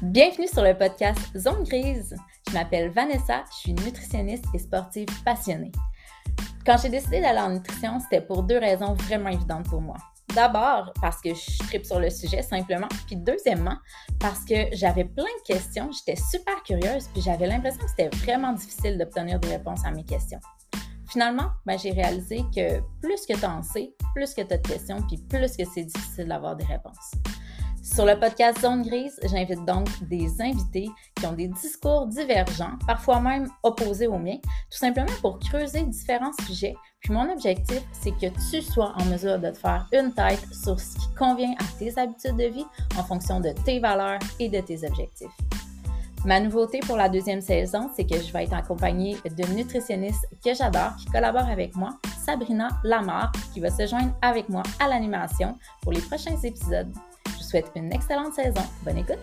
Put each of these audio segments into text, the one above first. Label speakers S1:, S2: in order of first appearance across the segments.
S1: Bienvenue sur le podcast Zone Grise. Je m'appelle Vanessa, je suis nutritionniste et sportive passionnée. Quand j'ai décidé d'aller en nutrition, c'était pour deux raisons vraiment évidentes pour moi. D'abord, parce que je tripe sur le sujet simplement, puis deuxièmement, parce que j'avais plein de questions, j'étais super curieuse, puis j'avais l'impression que c'était vraiment difficile d'obtenir des réponses à mes questions. Finalement, j'ai réalisé que plus que tu en sais, plus que tu as de questions, puis plus que c'est difficile d'avoir des réponses. Sur le podcast Zone Grise, j'invite donc des invités qui ont des discours divergents, parfois même opposés aux miens, tout simplement pour creuser différents sujets. Puis mon objectif, c'est que tu sois en mesure de te faire une tête sur ce qui convient à tes habitudes de vie en fonction de tes valeurs et de tes objectifs. Ma nouveauté pour la deuxième saison, c'est que je vais être accompagnée d'une nutritionniste que j'adore, qui collabore avec moi, Sabrina Lamar, qui va se joindre avec moi à l'animation pour les prochains épisodes. Je vous souhaite une excellente saison. Bonne écoute!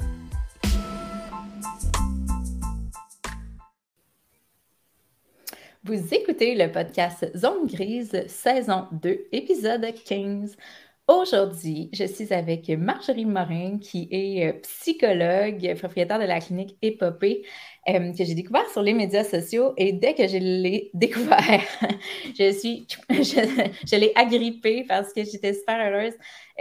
S1: Vous écoutez le podcast Zone Grise, saison 2, épisode 15. Aujourd'hui, je suis avec Marjorie Morin, qui est psychologue, propriétaire de la clinique Épopée, que j'ai découvert sur les médias sociaux. Et dès que je l'ai découvert, je l'ai agrippée parce que j'étais super heureuse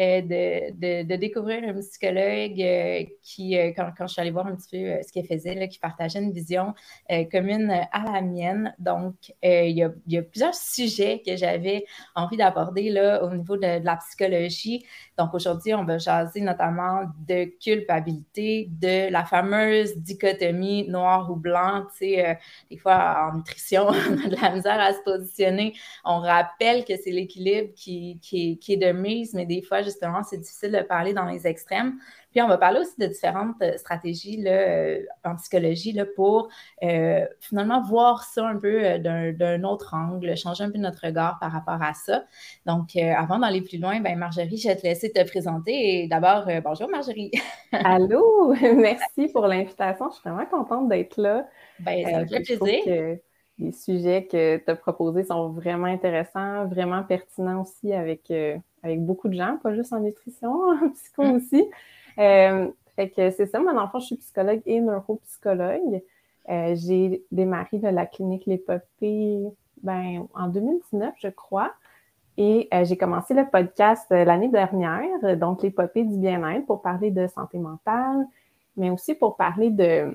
S1: de découvrir une psychologue qui, quand je suis allée voir un petit peu ce qu'elle faisait, là, qui partageait une vision commune à la mienne. Donc, il y a plusieurs sujets que j'avais envie d'aborder là, au niveau de la psychologie. Donc, aujourd'hui, on va jaser notamment de culpabilité, de la fameuse dichotomie noir ou blanc. Tu sais, des fois, en nutrition, on a de la misère à se positionner. On rappelle que c'est l'équilibre qui est de mise, mais des fois, justement, c'est difficile de parler dans les extrêmes. Puis, on va parler aussi de différentes stratégies là, en psychologie là, pour finalement voir ça un peu d'un autre angle, changer un peu notre regard par rapport à ça. Donc, avant d'aller plus loin, Marjorie, je vais te laisser te présenter. Et d'abord, bonjour Marjorie.
S2: Allô, merci pour l'invitation. Je suis vraiment contente d'être là.
S1: Ça me fait
S2: Je trouve
S1: plaisir.
S2: que les sujets que tu as proposés sont vraiment intéressants, vraiment pertinents aussi avec beaucoup de gens, pas juste en nutrition, en psycho aussi. Fait que c'est ça, moi, dans le fond, je suis psychologue et neuropsychologue. J'ai démarré de la clinique L'Épopée en 2019, je crois. Et j'ai commencé le podcast l'année dernière, donc l'épopée du bien-être, pour parler de santé mentale, mais aussi pour parler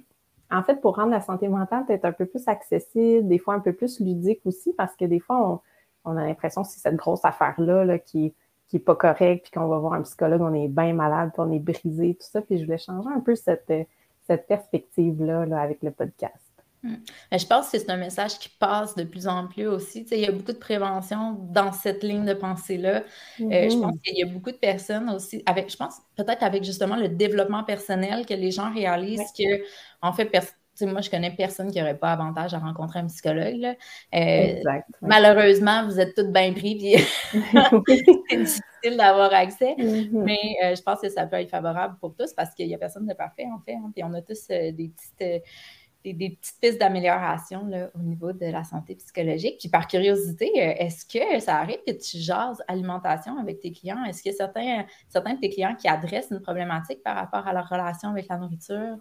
S2: pour rendre la santé mentale peut-être un peu plus accessible, des fois un peu plus ludique aussi, parce que des fois, on a l'impression que c'est cette grosse affaire-là là, qui est pas correcte, puis qu'on va voir un psychologue, on est bien malade, puis on est brisé, tout ça. Puis je voulais changer un peu cette perspective-là là, avec le podcast.
S1: Je pense que c'est un message qui passe de plus en plus aussi. Tu sais, il y a beaucoup de prévention dans cette ligne de pensée-là. Je pense qu'il y a beaucoup de personnes aussi, je pense peut-être avec justement le développement personnel, que les gens réalisent que, en fait, tu sais, moi, je connais personne qui n'aurait pas avantage à rencontrer un psychologue, là.
S2: Exact.
S1: Malheureusement, vous êtes toutes bien pris, puis c'est difficile d'avoir accès. Mais je pense que ça peut être favorable pour tous parce qu'il n'y a personne de parfait, en fait. Hein, puis on a tous des petites pistes d'amélioration là, au niveau de la santé psychologique. Puis par curiosité, est-ce que ça arrive que tu jases alimentation avec tes clients? Est-ce que certains de tes clients qui adressent une problématique par rapport à leur relation avec la nourriture?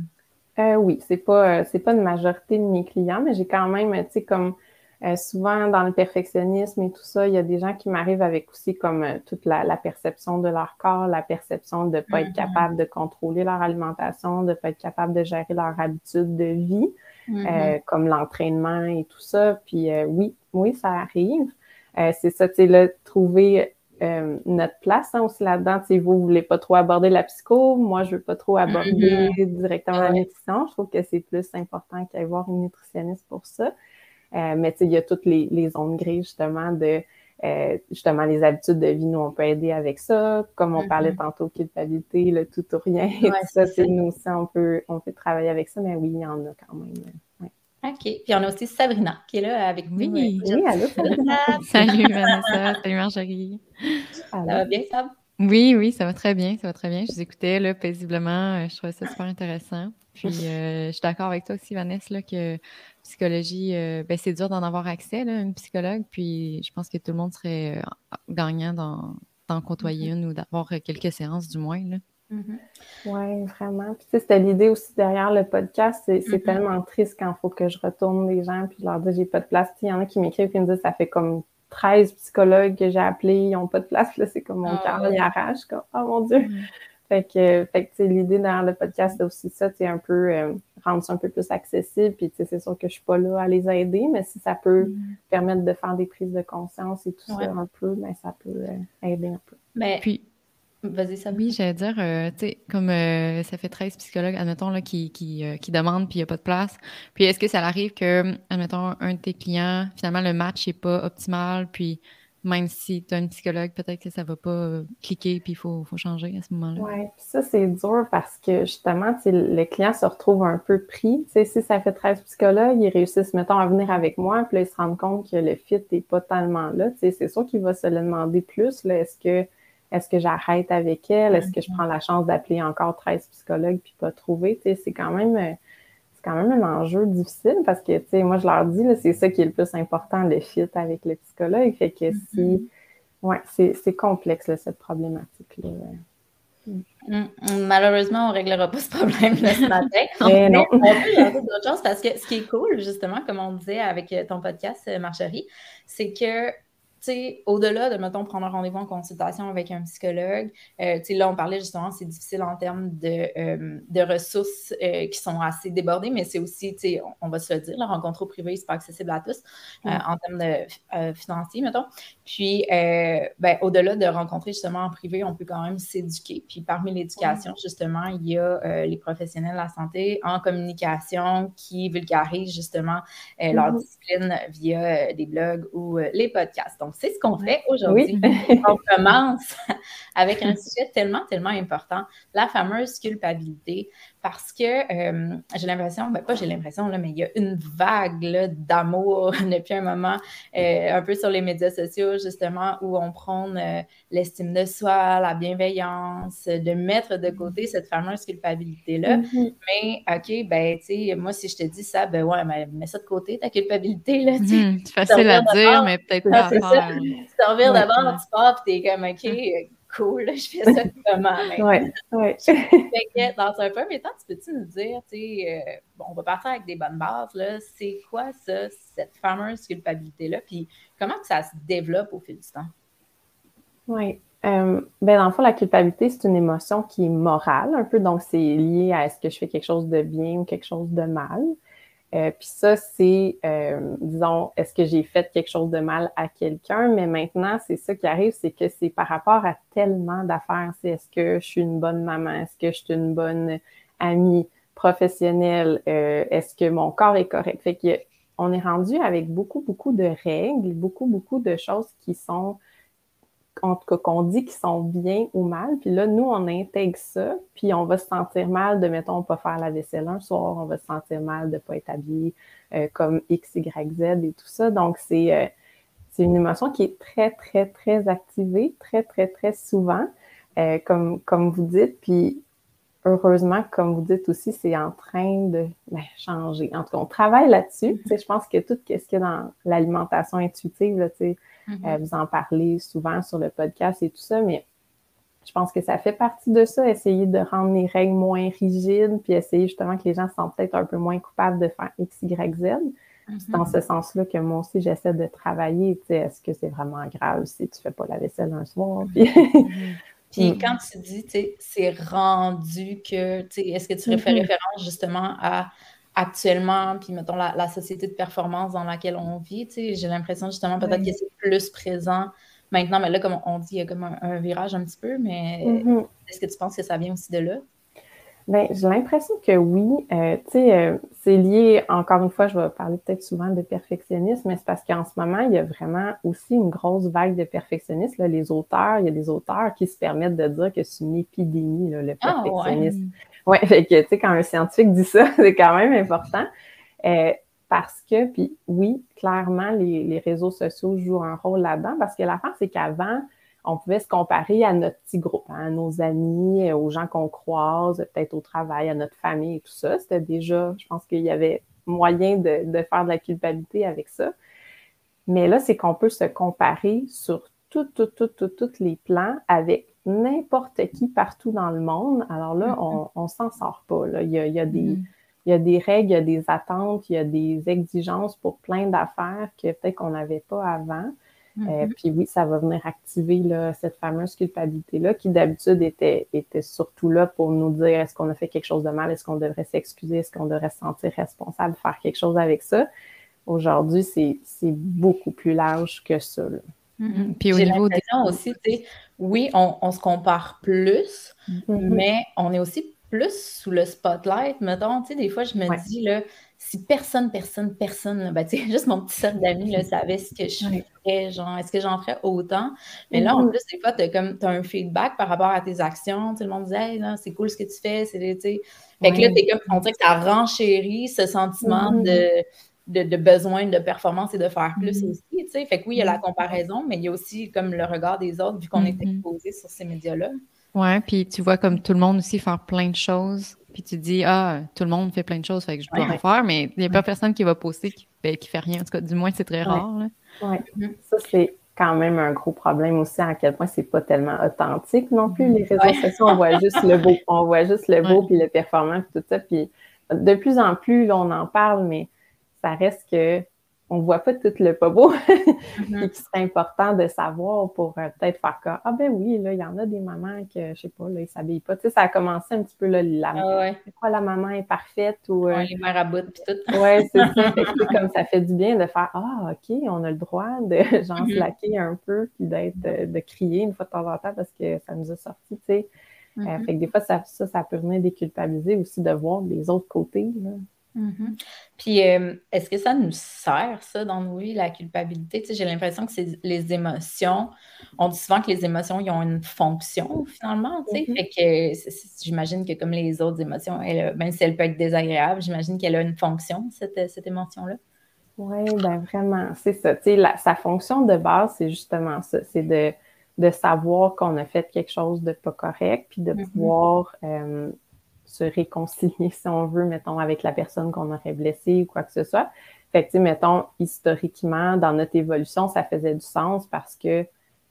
S2: Oui, c'est pas une majorité de mes clients, mais j'ai quand même, tu sais, comme souvent dans le perfectionnisme et tout ça, il y a des gens qui m'arrivent avec aussi comme toute la perception de leur corps, la perception de ne pas être capable de contrôler leur alimentation, de ne pas être capable de gérer leur habitude de vie, comme l'entraînement et tout ça. Puis oui, ça arrive. C'est ça, tu sais, là, trouver notre place aussi là-dedans. Tu sais, vous voulez pas trop aborder la psycho, moi, je veux pas trop aborder directement la nutrition. Je trouve que c'est plus important qu'il y ait voir une nutritionniste pour ça. Mais tu sais, il y a toutes les zones grises, justement, de justement les habitudes de vie. Nous, on peut aider avec ça. Comme on parlait tantôt, culpabilité, le tout ou rien, et tout ça. Nous aussi, on peut travailler avec ça, mais oui, il y en a quand même. Ouais.
S1: OK. Puis on a aussi Sabrina qui est là avec nous.
S2: Oui, allô, Sabrina.
S3: Salut Vanessa, salut Marjorie.
S1: Ça va bien, Sab?
S3: Oui, ça va très bien, ça va très bien. Je vous écoutais là, paisiblement, je trouvais ça super intéressant. Puis je suis d'accord avec toi aussi, Vanessa, là, que psychologie, c'est dur d'en avoir accès, là, une psychologue. Puis je pense que tout le monde serait gagnant d'en côtoyer une ou d'avoir quelques séances du moins. Là.
S1: Mhm.
S2: Oui, vraiment. Puis, tu sais, c'était l'idée aussi derrière le podcast. C'est tellement triste quand il faut que je retourne des gens puis je leur dis j'ai pas de place. Puis, il y en a qui m'écrivent et me disent ça fait comme 13 psychologues que j'ai appelés, ils ont pas de place. Puis là, c'est comme mon cœur, il arrache. Comme, oh mon Dieu. Fait que tu sais, l'idée derrière le podcast, c'est aussi ça, tu sais, un peu rendre ça un peu plus accessible. Puis, tu sais, c'est sûr que je suis pas là à les aider, mais si ça peut permettre de faire des prises de conscience et tout ça un peu, ben ça peut aider un peu.
S1: Mais,
S3: Puis,
S1: vas-y, ça.
S3: oui, j'allais dire, tu sais, comme ça fait 13 psychologues, admettons, là, qui demandent, puis il n'y a pas de place. Puis est-ce que ça arrive que, admettons, un de tes clients, finalement, le match n'est pas optimal, puis même si tu as une psychologue, peut-être que ça ne va pas cliquer, puis il faut changer à ce moment-là?
S2: Oui, puis ça, c'est dur parce que justement, tu sais, le client se retrouve un peu pris. Tu sais, si ça fait 13 psychologues, ils réussissent, mettons, à venir avec moi, puis là, ils se rendent compte que le fit n'est pas tellement là. Tu sais, c'est sûr qu'il va se le demander plus, là. Est-ce que j'arrête avec elle? Est-ce que je prends la chance d'appeler encore 13 psychologues puis pas trouver? Tu sais, c'est quand même un enjeu difficile parce que, tu sais, moi, je leur dis, là, c'est ça qui est le plus important, le fit avec le psychologue. Fait que ouais, c'est complexe, là, cette problématique-là.
S1: Malheureusement, on ne réglera pas ce problème-là ce matin.
S2: Mais non.
S1: On peut jaser d'autres choses parce que ce qui est cool, justement, comme on disait avec ton podcast, Marjorie, c'est que, tu sais, au-delà de, mettons, prendre un rendez-vous en consultation avec un psychologue, tu sais, là, on parlait justement, c'est difficile en termes de ressources qui sont assez débordées, mais c'est aussi, tu sais, on va se le dire, la rencontre au privé, c'est pas accessible à tous en termes de financiers, mettons. Puis, ben, au-delà de rencontrer justement en privé, on peut quand même s'éduquer. Puis, parmi l'éducation, justement, il y a les professionnels de la santé en communication qui vulgarisent justement leur discipline via des blogs ou les podcasts. Donc, c'est ce qu'on fait aujourd'hui.
S2: Oui.
S1: On commence avec un sujet tellement, tellement important, la fameuse culpabilité, parce que j'ai l'impression, ben pas j'ai l'impression, là, mais il y a une vague là, d'amour depuis un moment, un peu sur les médias sociaux, justement, où on prône l'estime de soi, la bienveillance, de mettre de côté cette fameuse culpabilité-là. Mais, OK, ben, tu sais, moi, si je te dis ça, ben ouais, mais mets ça de côté, ta culpabilité, là, tu sais.
S3: C'est facile à dire, mais peut-être pas à faire.
S1: Tu te reviens d'abord, tu pars, puis t'es comme, OK, cool, je fais ça comment maintenant? Fait que, dans un premier temps, tu peux-tu nous dire, tu sais, bon, on va partir avec des bonnes bases, là, c'est quoi ça, cette fameuse culpabilité-là, puis comment que ça se développe au fil du temps?
S2: Oui. Ben, dans le fond, la culpabilité, c'est une émotion qui est morale un peu, donc c'est lié à est-ce que je fais quelque chose de bien ou quelque chose de mal. Puis ça, c'est, disons, est-ce que j'ai fait quelque chose de mal à quelqu'un? Mais maintenant, c'est ça qui arrive, c'est que c'est par rapport à tellement d'affaires. C'est est-ce que je suis une bonne maman? Est-ce que je suis une bonne amie professionnelle? Est-ce que mon corps est correct? Fait que on est rendu avec beaucoup, beaucoup de règles, beaucoup, beaucoup de choses qui sont en tout cas, qu'on dit qu'ils sont bien ou mal. Puis là, nous, on intègre ça, puis on va se sentir mal de, mettons, pas faire la vaisselle un soir, on va se sentir mal de ne pas être habillé comme X, Y, Z et tout ça. Donc, c'est une émotion qui est très, très, très activée, très, très, très souvent, comme vous dites. Puis, heureusement, comme vous dites aussi, c'est en train de changer. En tout cas, on travaille là-dessus. Je pense que tout ce qu'il y a dans l'alimentation intuitive, là, vous en parlez souvent sur le podcast et tout ça, mais je pense que ça fait partie de ça, essayer de rendre les règles moins rigides, puis essayer justement que les gens se sentent peut-être un peu moins coupables de faire X, Y, Z. C'est dans ce sens-là que moi aussi, j'essaie de travailler. Est-ce que c'est vraiment grave si tu fais pas la vaisselle un soir?
S1: Puis quand tu dis, tu sais, c'est rendu que, tu sais, est-ce que tu fais référence justement à actuellement, puis mettons la société de performance dans laquelle on vit, tu sais, j'ai l'impression justement peut-être que c'est plus présent maintenant, mais là, comme on dit, il y a comme un virage un petit peu, mais est-ce que tu penses que ça vient aussi de là?
S2: Bien, j'ai l'impression que oui. Tu sais, c'est lié, encore une fois, je vais parler peut-être souvent de perfectionnisme, mais c'est parce qu'en ce moment, il y a vraiment aussi une grosse vague de perfectionnistes. Là, les auteurs, il y a des auteurs qui se permettent de dire que c'est une épidémie, là, le perfectionnisme. Ouais, fait que, tu sais, quand un scientifique dit ça, c'est quand même important. Parce que, puis oui, clairement, les réseaux sociaux jouent un rôle là-dedans, parce que l'affaire, c'est qu'avant, on pouvait se comparer à notre petit groupe, hein, à nos amis, aux gens qu'on croise, peut-être au travail, à notre famille et tout ça. C'était déjà, je pense qu'il y avait moyen de faire de la culpabilité avec ça. Mais là, c'est qu'on peut se comparer sur tous les plans avec n'importe qui partout dans le monde, alors là, on s'en sort pas. Là. Il y a des règles, il y a des attentes, il y a des exigences pour plein d'affaires que peut-être qu'on n'avait pas avant. Puis oui, ça va venir activer là, cette fameuse culpabilité-là qui d'habitude était surtout là pour nous dire est-ce qu'on a fait quelque chose de mal, est-ce qu'on devrait s'excuser, est-ce qu'on devrait se sentir responsable, faire quelque chose avec ça. Aujourd'hui, c'est beaucoup plus large que ça. Là.
S1: Puis au niveau l'impression aussi, tu sais, oui, on se compare plus, mais on est aussi plus sous le spotlight. Mettons, tu sais, des fois, je me dis, là, si personne, là, ben, tu sais, juste mon petit cercle d'amis, là, savait ce que je ferais, genre, est-ce que j'en ferais autant? Mais là, en plus, des fois, t'as un feedback par rapport à tes actions. Tout le monde dit, hey, là, c'est cool ce que tu fais, tu sais. Fait que là, t'es comme, on dirait que ça renchérit ce sentiment de besoin de performance et de faire plus aussi, tu sais. Fait que oui, il y a la comparaison, mais il y a aussi comme le regard des autres, vu qu'on est exposé sur ces médias-là.
S3: Ouais, puis tu vois comme tout le monde aussi faire plein de choses, puis tu dis, ah, tout le monde fait plein de choses, fait que je dois en faire, mais il n'y a pas personne qui va poster qui fait rien. En tout cas, du moins, c'est très rare.
S2: Oui, ça, c'est quand même un gros problème aussi, à quel point c'est pas tellement authentique non plus. Les réseaux sociaux, on voit juste le beau. On voit juste le beau, puis le performant, puis tout ça. Puis de plus en plus, là, on en parle, mais ça reste que on voit pas tout le pas beau. Puis qui serait important de savoir pour peut-être faire comme ah ben oui, là, il y en a des mamans que, je sais pas, là, ils s'habillent pas. Tu sais, ça a commencé un petit peu là, c'est quoi la maman est parfaite ou
S1: les mères à bout puis tout.
S2: Ouais, c'est ça. Fait que, comme ça fait du bien de faire ah ok, on a le droit de genre slacker un peu puis de crier une fois de temps en temps parce que ça nous a sorti, tu sais. Fait que des fois ça peut venir déculpabiliser aussi de voir les autres côtés, là.
S1: Puis, est-ce que ça nous sert, ça, dans nos vies, la culpabilité? Tu sais, j'ai l'impression que c'est les émotions. On dit souvent que les émotions, ils ont une fonction, finalement, tu sais. Fait que j'imagine que comme les autres émotions, même si elle peut être désagréable, j'imagine qu'elle a une fonction, cette émotion-là.
S2: Oui, ben vraiment, c'est ça. Tu sais, sa fonction de base, c'est justement ça. C'est de savoir qu'on a fait quelque chose de pas correct, puis de pouvoir se réconcilier, si on veut, mettons, avec la personne qu'on aurait blessée ou quoi que ce soit. Fait que, tu sais, mettons, historiquement, dans notre évolution, ça faisait du sens parce que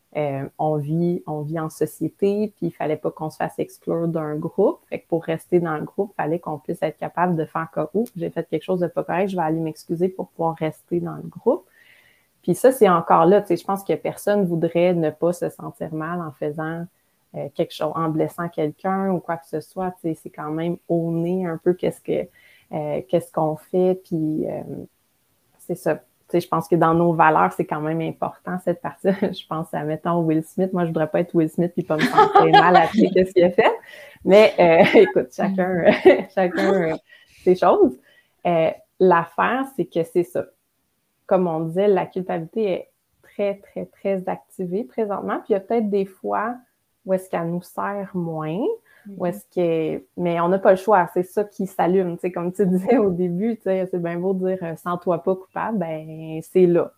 S2: on vit en société, puis il fallait pas qu'on se fasse exclure d'un groupe. Fait que pour rester dans le groupe, il fallait qu'on puisse être capable de faire comme « Oh, j'ai fait quelque chose de pas correct, je vais aller m'excuser pour pouvoir rester dans le groupe. » Puis ça, c'est encore là, tu sais, je pense que personne voudrait ne pas se sentir mal en faisant quelque chose, en blessant quelqu'un ou quoi que ce soit. Tu sais, c'est quand même owner un peu qu'est-ce qu'on fait, puis c'est ça. Tu sais, je pense que dans nos valeurs, c'est quand même important, cette partie. Je pense à, mettons, Will Smith. Moi, je voudrais pas être Will Smith puis pas me sentir mal après ce qu'il a fait. Mais, écoute, chacun ses choses. L'affaire, c'est que c'est ça. Comme on disait, la culpabilité est très, très, très activée présentement. Puis il y a peut-être des fois où est-ce qu'elle nous sert moins, où est-ce que... Mais on n'a pas le choix, c'est ça qui s'allume. Tu sais, comme tu disais au début, tu sais, c'est bien beau de dire « sens-toi pas coupable », ben c'est là.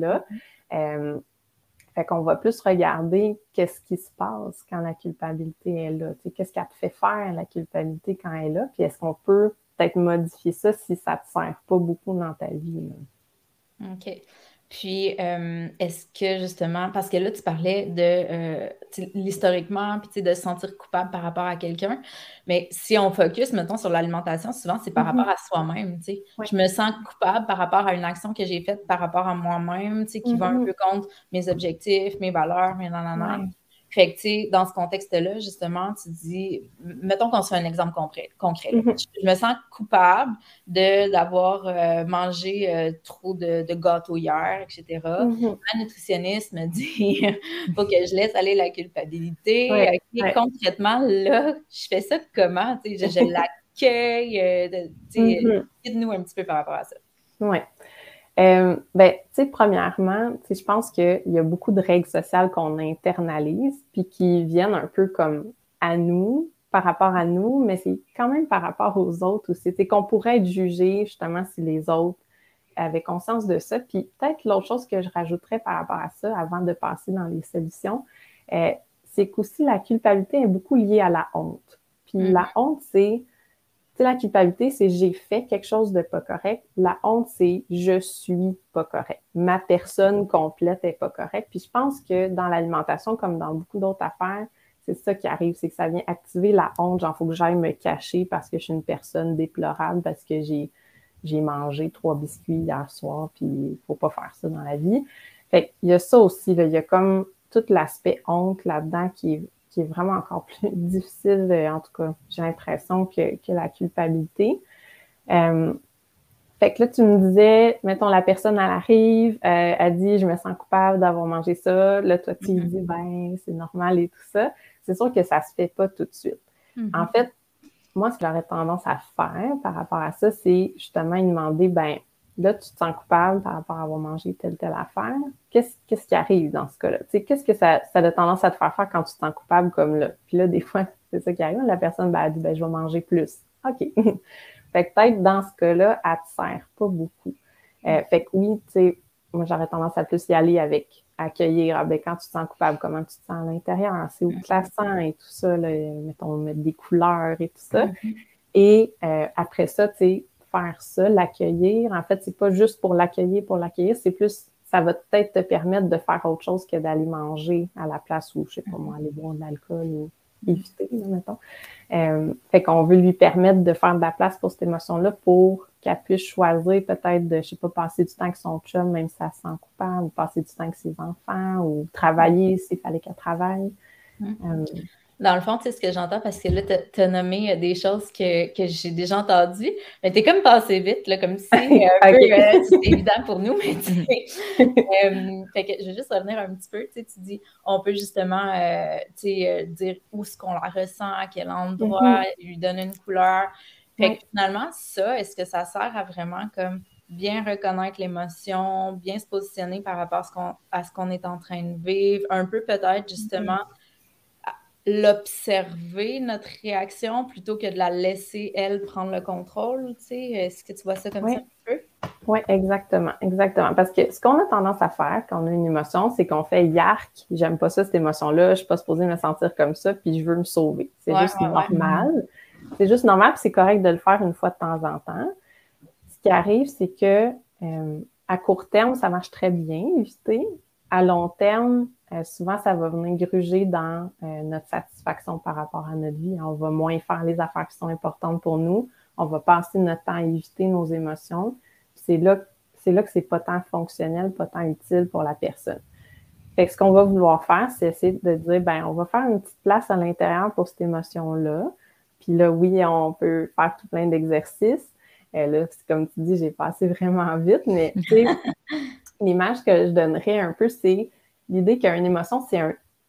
S2: Fait qu'on va plus regarder qu'est-ce qui se passe quand la culpabilité est là. Tu sais, qu'est-ce qu'elle te fait faire, la culpabilité, quand elle est là, puis est-ce qu'on peut peut-être modifier ça si ça te sert pas beaucoup dans ta vie, là.
S1: OK. Puis, est-ce que justement, parce que là, tu parlais de l'historiquement, puis de se sentir coupable par rapport à quelqu'un, mais si on focus, mettons, sur l'alimentation, souvent, c'est par rapport à soi-même, tu sais. Je me sens coupable par rapport à une action que j'ai faite par rapport à moi-même, tu sais, qui va un peu contre mes objectifs, mes valeurs, mes nanana. Fait que, tu sais, dans ce contexte-là, justement, tu dis, mettons qu'on se fait un exemple concret. Je me sens coupable d'avoir mangé trop de gâteaux hier, etc. Ma nutritionniste me dit, faut que je laisse aller la culpabilité. Concrètement, là, je fais ça comment? Tu sais, je l'accueille. Tu sais, guide-nous un petit peu par rapport à ça.
S2: Oui. Ben, tu sais, premièrement, tu sais, je pense qu'il y a beaucoup de règles sociales qu'on internalise, puis qui viennent un peu comme à nous, par rapport à nous, mais c'est quand même par rapport aux autres aussi. Tu sais, qu'on pourrait être jugé, justement, si les autres avaient conscience de ça. Puis peut-être l'autre chose que je rajouterais par rapport à ça, avant de passer dans les solutions, c'est qu'aussi la culpabilité est beaucoup liée à la honte. Puis la honte, c'est... Tu sais, la culpabilité, c'est j'ai fait quelque chose de pas correct. La honte, c'est je suis pas correct. Ma personne complète est pas correcte. Puis je pense que dans l'alimentation, comme dans beaucoup d'autres affaires, c'est ça qui arrive, c'est que ça vient activer la honte, genre, faut que j'aille me cacher parce que je suis une personne déplorable, parce que j'ai mangé 3 biscuits hier soir, puis il faut pas faire ça dans la vie. Fait qu'il y a ça aussi, là, il y a comme tout l'aspect honte là-dedans qui est vraiment encore plus difficile, en tout cas, j'ai l'impression que la culpabilité. Fait que là, tu me disais, mettons, la personne, elle arrive, elle dit, je me sens coupable d'avoir mangé ça. Là, toi, tu lui dis, ben, c'est normal et tout ça. C'est sûr que ça se fait pas tout de suite. En fait, moi, ce que j'aurais tendance à faire par rapport à ça, c'est justement lui demander, ben, là, tu te sens coupable par rapport à avoir mangé telle affaire. Qu'est-ce qui arrive dans ce cas-là? Tu sais, qu'est-ce que ça a tendance à te faire quand tu te sens coupable comme là? Puis là, des fois, c'est ça qui arrive. La personne, ben, elle dit, ben, je vais manger plus. OK. Fait que peut-être dans ce cas-là, elle te sert pas beaucoup. Fait que oui, tu sais, moi, j'aurais tendance à plus y aller avec accueillir. Ben, quand tu te sens coupable, comment tu te sens à l'intérieur? C'est où tu la sens et tout ça, là, mettons, mettre des couleurs et tout ça. Et après ça, tu sais, faire ça, l'accueillir. En fait, c'est pas juste pour l'accueillir, c'est plus, ça va peut-être te permettre de faire autre chose que d'aller manger à la place où, je sais pas moi, aller boire de l'alcool ou éviter, là, mettons. Fait qu'on veut lui permettre de faire de la place pour cette émotion-là pour qu'elle puisse choisir peut-être de, je sais pas, passer du temps avec son chum, même si elle se sent coupable, ou passer du temps avec ses enfants, ou travailler s'il fallait qu'elle travaille.
S1: Dans le fond, tu sais ce que j'entends, parce que là, tu as nommé des choses que j'ai déjà entendues, mais tu es comme passé vite, là, comme si c'était évident pour nous, mais tu sais. Fait que je vais juste revenir un petit peu. Tu sais, tu dis, on peut justement dire où est-ce qu'on la ressent, à quel endroit, lui donner une couleur. Fait que finalement, ça, est-ce que ça sert à vraiment comme bien reconnaître l'émotion, bien se positionner par rapport à ce qu'on est en train de vivre, un peu peut-être justement l'observer, notre réaction, plutôt que de la laisser, elle, prendre le contrôle, tu sais? Est-ce que tu vois ça comme ça un peu?
S2: Oui, exactement. Parce que ce qu'on a tendance à faire quand on a une émotion, c'est qu'on fait « yark, j'aime pas ça, cette émotion-là, je suis pas supposée me sentir comme ça, puis je veux me sauver ». C'est juste normal. C'est juste normal, puis c'est correct de le faire une fois de temps en temps. Ce qui arrive, c'est que à court terme, ça marche très bien, éviter. À long terme, souvent, ça va venir gruger dans notre satisfaction par rapport à notre vie. On va moins faire les affaires qui sont importantes pour nous. On va passer notre temps à éviter nos émotions. C'est là que c'est pas tant fonctionnel, pas tant utile pour la personne. Fait que ce qu'on va vouloir faire, c'est essayer de dire, ben, on va faire une petite place à l'intérieur pour cette émotion-là. Puis là, oui, on peut faire tout plein d'exercices. Là, c'est comme tu dis, j'ai passé vraiment vite, mais tu sais, l'image que je donnerais un peu, c'est l'idée qu'une émotion, c'est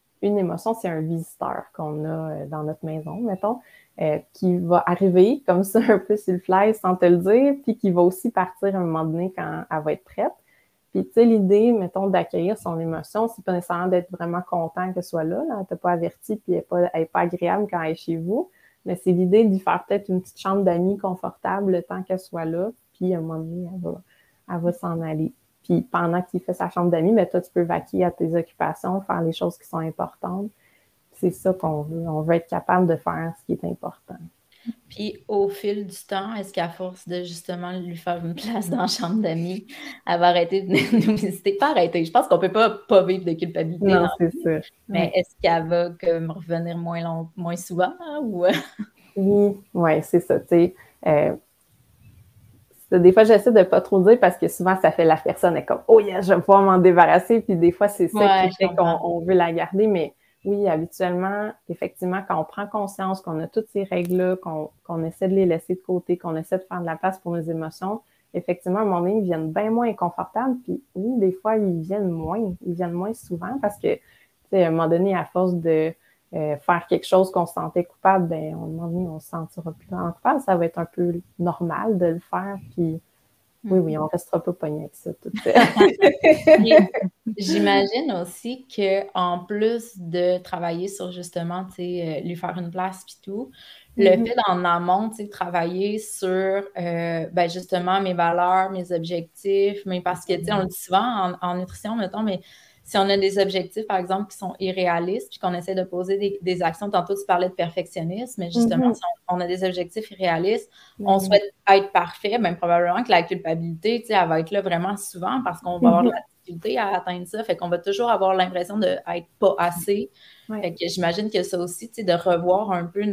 S2: un visiteur qu'on a dans notre maison, mettons, qui va arriver comme ça un peu sur le fly sans te le dire, puis qui va aussi partir à un moment donné quand elle va être prête. Puis, tu sais, l'idée, mettons, d'accueillir son émotion, c'est pas nécessairement d'être vraiment content qu'elle soit là, elle t'a pas averti, puis elle est pas agréable quand elle est chez vous, mais c'est l'idée d'y faire peut-être une petite chambre d'amis confortable le temps qu'elle soit là, puis à un moment donné, elle va s'en aller. Puis pendant qu'il fait sa chambre d'amis, ben toi, tu peux vaquer à tes occupations, faire les choses qui sont importantes. C'est ça qu'on veut. On veut être capable de faire ce qui est important.
S1: Puis au fil du temps, est-ce qu'à force de justement lui faire une place dans la chambre d'amis, elle va arrêter de venir nous visiter? Pas arrêter, je pense qu'on peut pas vivre de culpabilité.
S2: Non, c'est sûr.
S1: Mais est-ce qu'elle va comme revenir moins souvent? Ou...
S2: Oui, c'est ça. Tu sais, des fois, j'essaie de pas trop dire parce que souvent, ça fait la personne est comme « Oh yeah, je vais pouvoir m'en débarrasser ». Puis des fois, c'est ça qui fait qu'on veut la garder. Mais oui, habituellement, effectivement, quand on prend conscience qu'on a toutes ces règles-là, qu'on essaie de les laisser de côté, qu'on essaie de faire de la place pour nos émotions, effectivement, à un moment donné, ils viennent bien moins inconfortables. Puis oui, des fois, ils viennent moins souvent parce que, tu sais, à un moment donné, à force de faire quelque chose qu'on se sentait coupable, ben, à un moment donné, on se sentira plus coupable. Ça va être un peu normal de le faire. Puis oui, on restera pas pogné avec ça tout de suite.
S1: J'imagine aussi qu'en plus de travailler sur justement, tu sais, lui faire une place puis tout, le fait d'en amont, tu sais, travailler sur, ben justement, mes valeurs, mes objectifs, mais parce que, tu sais, on le dit souvent en nutrition, mettons, mais si on a des objectifs, par exemple, qui sont irréalistes, puis qu'on essaie de poser des actions, tantôt tu parlais de perfectionnisme, mais justement, si on a des objectifs irréalistes, on souhaite être parfait, bien probablement que la culpabilité, tu sais, elle va être là vraiment souvent parce qu'on va avoir de la difficulté à atteindre ça. Fait qu'on va toujours avoir l'impression d'être pas assez.
S2: Ouais.
S1: Fait que j'imagine que ça aussi, tu sais, de revoir un peu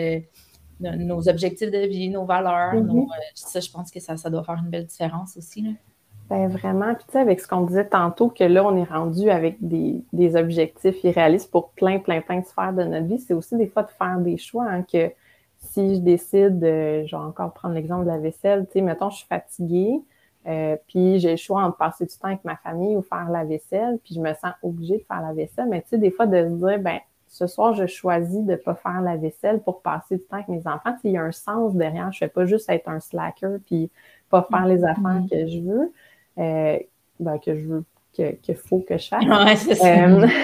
S1: nos objectifs de vie, nos valeurs. Ça, je pense que ça doit faire une belle différence aussi, là.
S2: Ben vraiment. Puis tu sais, avec ce qu'on disait tantôt, que là, on est rendu avec des objectifs irréalistes pour plein de sphères de notre vie, c'est aussi des fois de faire des choix, hein, que si je décide, je vais encore prendre l'exemple de la vaisselle, tu sais, mettons, je suis fatiguée, puis j'ai le choix entre passer du temps avec ma famille ou faire la vaisselle, puis je me sens obligée de faire la vaisselle, mais tu sais, des fois, de se dire, ben ce soir, je choisis de ne pas faire la vaisselle pour passer du temps avec mes enfants. Tu sais, il y a un sens derrière. Je ne fais pas juste être un slacker puis pas faire les affaires que je veux, que je veux, qu'il faut que je fasse.
S1: Ouais, c'est ça.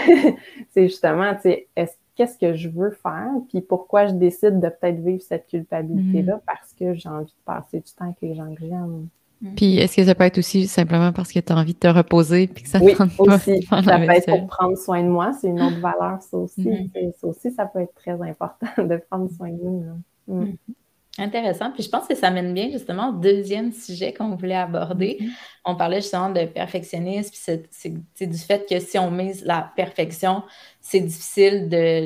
S2: C'est justement, tu sais, qu'est-ce que je veux faire, puis pourquoi je décide de peut-être vivre cette culpabilité-là parce que j'ai envie de passer du temps avec les gens que j'aime.
S3: Puis, est-ce que ça peut être aussi simplement parce que tu as envie de te reposer puis que ça
S2: Oui,
S3: te tente pas
S2: aussi.
S3: de faire
S2: Ça
S3: la
S2: peut être
S3: vaisselle?
S2: pour prendre soin de moi. C'est une autre valeur, ça aussi. Ça aussi, ça peut être très important de prendre soin de nous, là.
S1: Intéressant. Puis je pense que ça mène bien justement au deuxième sujet qu'on voulait aborder. On parlait justement de perfectionnisme, puis c'est du fait que si on mise la perfection, c'est difficile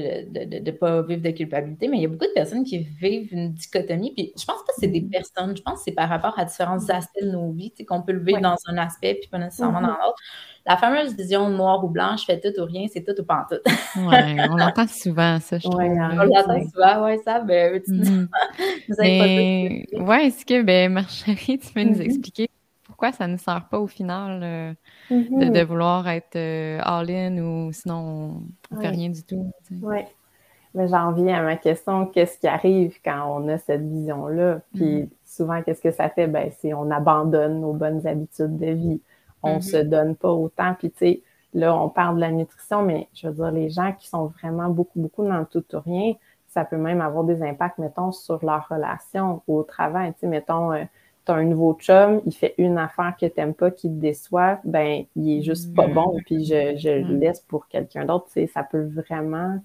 S1: de ne pas vivre de culpabilité, mais il y a beaucoup de personnes qui vivent une dichotomie. Puis je pense pas que c'est des personnes, je pense que c'est par rapport à différents aspects de nos vies, tu sais, qu'on peut le vivre dans un aspect puis pas nécessairement dans l'autre. La fameuse vision noir ou blanc, je fais tout ou rien, c'est tout ou pas en tout.
S3: Ouais, on l'entend souvent, ça, je trouve.
S2: Ouais,
S1: On l'entend souvent, ouais, ça, ben, tu nous
S3: mais, ouais, est-ce que, ben, Marjorie, tu peux nous expliquer pourquoi ça ne nous sert pas au final de vouloir être all-in ou sinon on fait rien du tout?
S2: Oui. Mais j'en viens à ma question, qu'est-ce qui arrive quand on a cette vision-là? Puis souvent, qu'est-ce que ça fait? Ben, c'est on abandonne nos bonnes habitudes de vie. On se donne pas autant. Puis tu sais, là, on parle de la nutrition, mais je veux dire, les gens qui sont vraiment beaucoup dans le tout ou rien, ça peut même avoir des impacts, mettons, sur leur relation au travail. Tu sais, mettons, t'as un nouveau chum, il fait une affaire que t'aimes pas, qui te déçoit, ben, il est juste pas bon, puis je le laisse pour quelqu'un d'autre. Tu sais, ça peut vraiment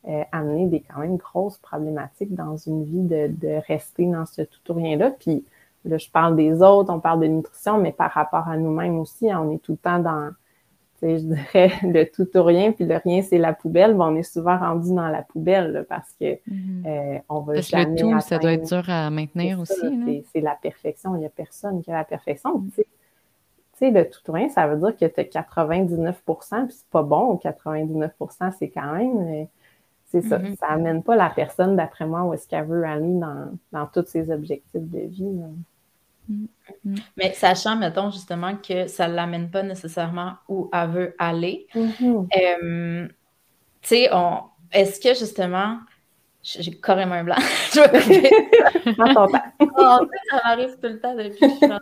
S2: amener quand même grosses problématiques dans une vie de rester dans ce tout ou rien-là. Puis là, je parle des autres, on parle de nutrition, mais par rapport à nous-mêmes aussi, hein, on est tout le temps dans, tu sais, je dirais, le tout ou rien, puis le rien, c'est la poubelle. Ben, on est souvent rendu dans la poubelle là, parce que on va
S3: parce
S2: jamais
S3: que le tout,
S2: atteindre.
S3: ça doit être dur à maintenir aussi.
S2: C'est la perfection. Il n'y a personne qui a la perfection. Tu sais, le tout ou rien, ça veut dire que tu as 99%, puis c'est pas bon. 99%, c'est quand même... c'est ça. Ça amène pas la personne, d'après moi, où est-ce qu'elle veut aller dans tous ses objectifs de vie.
S1: Mais sachant, mettons, justement, que ça ne l'amène pas nécessairement où elle veut aller, tu sais, est-ce que, justement, j'ai carrément un blanc. Je vais couper.
S2: Prends ton temps.
S1: Ça m'arrive tout le temps depuis que je suis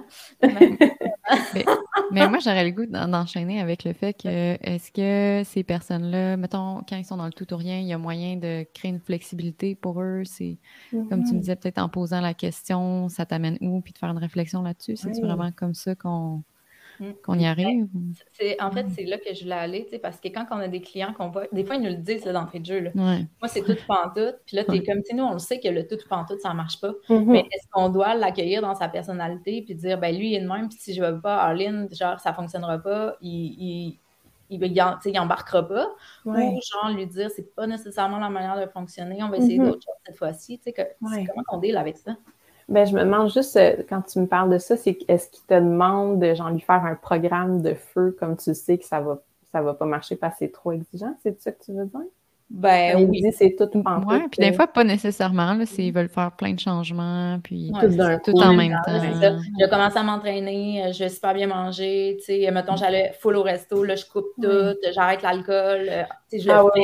S3: mais moi, j'aurais le goût d'enchaîner avec le fait que est-ce que ces personnes-là, mettons, quand ils sont dans le tout ou rien, il y a moyen de créer une flexibilité pour eux? C'est, comme tu me disais, peut-être en posant la question, ça t'amène où? Puis de faire une réflexion là-dessus. C'est vraiment comme ça qu'on y arrive?
S1: En fait, c'est là que je voulais aller, tu sais, parce que quand on a des clients qu'on voit, des fois, ils nous le disent là, d'entrée de jeu. Là.
S3: Ouais.
S1: Moi, c'est tout pantoute. Puis là, t'es comme, tu sais, nous, on le sait que le tout pantoute, ça marche pas. Mais est-ce qu'on doit l'accueillir dans sa personnalité puis dire, ben lui, il est de même, puis si je ne vais pas all-in, genre, ça fonctionnera pas, il embarquera pas. Ou genre, lui dire, c'est pas nécessairement la manière de fonctionner, on va essayer d'autres choses cette fois-ci. Tu sais, comment on deal avec ça?
S2: Ben, je me demande juste, quand tu me parles de ça, c'est est-ce qu'il te demande de genre lui faire un programme de feu comme tu sais que ça va pas marcher parce que c'est trop exigeant? C'est ça que tu veux dire?
S1: Ben oui.
S2: Il dit c'est tout en
S3: ouais, puis des fois, pas nécessairement. Là, ils veulent faire plein de changements, puis tout en même temps.
S1: C'est ça. Je commence à m'entraîner, je vais super bien manger. Tu sais, mettons, j'allais full au resto, là, je coupe tout, j'arrête l'alcool. Tu sais, je le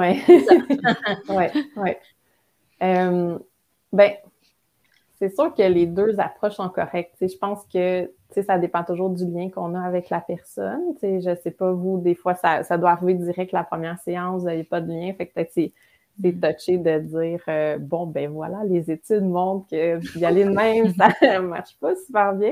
S2: fais. Ben, c'est sûr que les deux approches sont correctes. Tu sais, je pense que ça dépend toujours du lien qu'on a avec la personne. Tu sais, je sais pas, vous, des fois, ça doit arriver direct la première séance, il n'y a pas de lien. Fait que peut-être c'est touché de dire bon, ben voilà, les études montrent que y aller de même, ça ne marche pas super bien.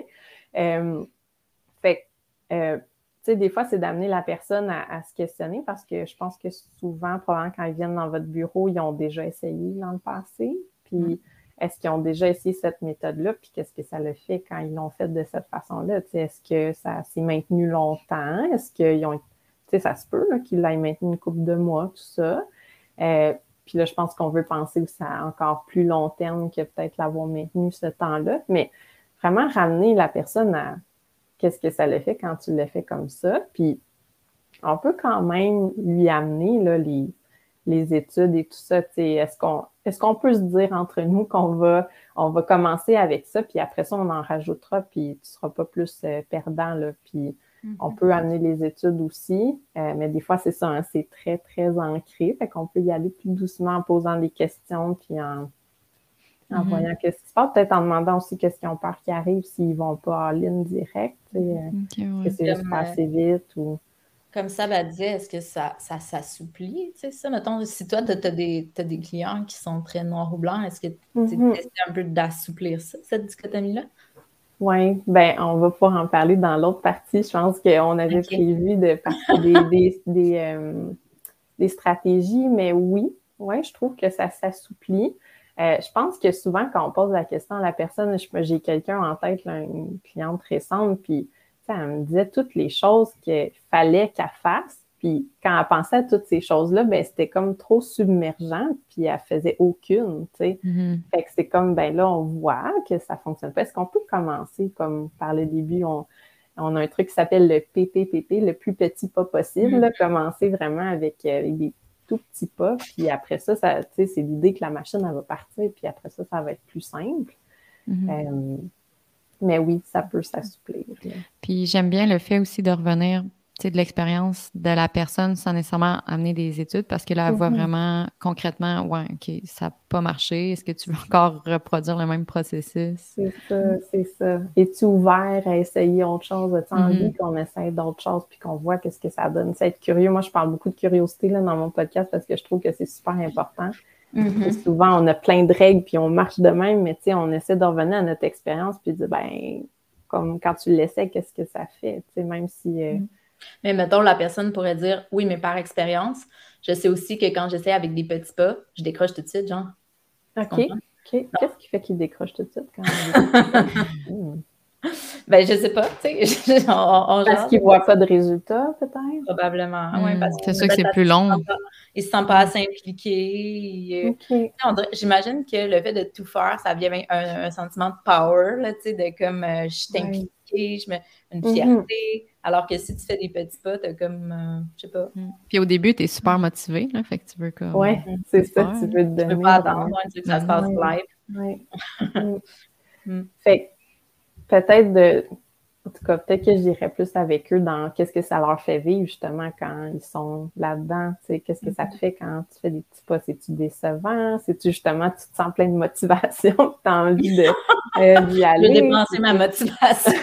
S2: Fait que, tu sais, des fois, c'est d'amener la personne à se questionner parce que je pense que souvent, probablement, quand ils viennent dans votre bureau, ils ont déjà essayé dans le passé. Puis, est-ce qu'ils ont déjà essayé cette méthode-là, puis qu'est-ce que ça le fait quand ils l'ont fait de cette façon-là? Est-ce que ça s'est maintenu longtemps? Est-ce qu'ils ont... ça se peut là, qu'ils l'aient maintenu une couple de mois, tout ça. Puis là, je pense qu'on veut penser aussi à encore plus long terme que peut-être l'avoir maintenu ce temps-là. Mais vraiment ramener la personne à qu'est-ce que ça le fait quand tu le fais comme ça. Puis on peut quand même lui amener là, les études et tout ça. Est-ce qu'on peut se dire entre nous on va commencer avec ça, puis après ça, on en rajoutera, puis tu ne seras pas plus perdant, là. Puis on peut amener les études aussi, mais des fois, c'est ça, hein, c'est très, très ancré. Fait qu'on peut y aller plus doucement en posant des questions, puis en voyant qu'est-ce qui se passe. Peut-être en demandant aussi qu'est-ce qu'ils ont peur qui arrive s'ils ne vont pas en ligne direct. Est-ce que c'est juste pas assez vite ou...
S1: Comme ça, elle disait, est-ce que ça s'assouplit? Tu sais, ça, mettons, si toi, tu as des clients qui sont très noirs ou blancs, est-ce que tu essaies un peu d'assouplir ça, cette dichotomie-là?
S2: Oui, ben on va pouvoir en parler dans l'autre partie. Je pense qu'on avait prévu de parler des stratégies, mais oui, je trouve que ça s'assouplit. Je pense que souvent, quand on pose la question à la personne, j'ai quelqu'un en tête, là, une cliente récente, puis elle me disait toutes les choses qu'il fallait qu'elle fasse. Puis quand elle pensait à toutes ces choses-là, ben c'était comme trop submergent, puis elle faisait aucune, tu sais. Fait que c'est comme, ben là, on voit que ça fonctionne pas. Est-ce qu'on peut commencer comme par le début? On a un truc qui s'appelle le PPPP, le plus petit pas possible, là, commencer vraiment avec des tout petits pas, puis après ça, tu sais, c'est l'idée que la machine, elle va partir, puis après ça, ça va être plus simple. Mais oui, ça peut s'assouplir.
S3: Puis j'aime bien le fait aussi de revenir de l'expérience de la personne sans nécessairement amener des études parce que là, elle voit vraiment concrètement, ouais, OK, ça n'a pas marché. Est-ce que tu veux encore reproduire le même processus?
S2: C'est ça, c'est ça. Es-tu ouvert à essayer autre chose? As-tu envie qu'on essaye d'autres choses puis qu'on voit qu'est-ce que ça donne? C'est être curieux. Moi, je parle beaucoup de curiosité là, dans mon podcast parce que je trouve que c'est super important. Souvent, on a plein de règles puis on marche de même, mais tu sais, on essaie de revenir à notre expérience puis de dire, ben, comme quand tu l'essaies, qu'est-ce que ça fait? Tu sais, même si...
S1: Mais mettons, la personne pourrait dire, oui, mais par expérience, je sais aussi que quand j'essaie avec des petits pas, je décroche tout de suite, genre.
S2: OK. Qu'est-ce qui fait qu'il décroche tout de suite quand on
S1: Ben, je sais pas, tu sais.
S2: Parce qu'il ne voit pas de résultat, peut-être?
S1: Probablement. Ouais, parce que
S3: c'est sûr que c'est plus long.
S1: Il ne se sent pas assez impliqué. J'imagine que le fait de tout faire, ça vient avec un sentiment de power, là, tu sais, de comme je suis impliquée, une fierté. Alors que si tu fais des petits pas, tu as comme, je sais pas.
S3: Puis au début, tu es super motivé, là, fait que tu veux comme...
S2: Oui, c'est ça, tu veux te donner.
S1: Tu veux pas attendre, tu veux que ça se passe live.
S2: Oui. Fait peut-être en tout cas, peut-être que je dirais plus avec eux dans qu'est-ce que ça leur fait vivre, justement, quand ils sont là-dedans. Tu sais, qu'est-ce que ça te fait quand tu fais des petits pas? C'est-tu décevant? C'est-tu justement, tu te sens plein de motivation, tu as envie d'y aller?
S1: Je vais dépenser ma motivation.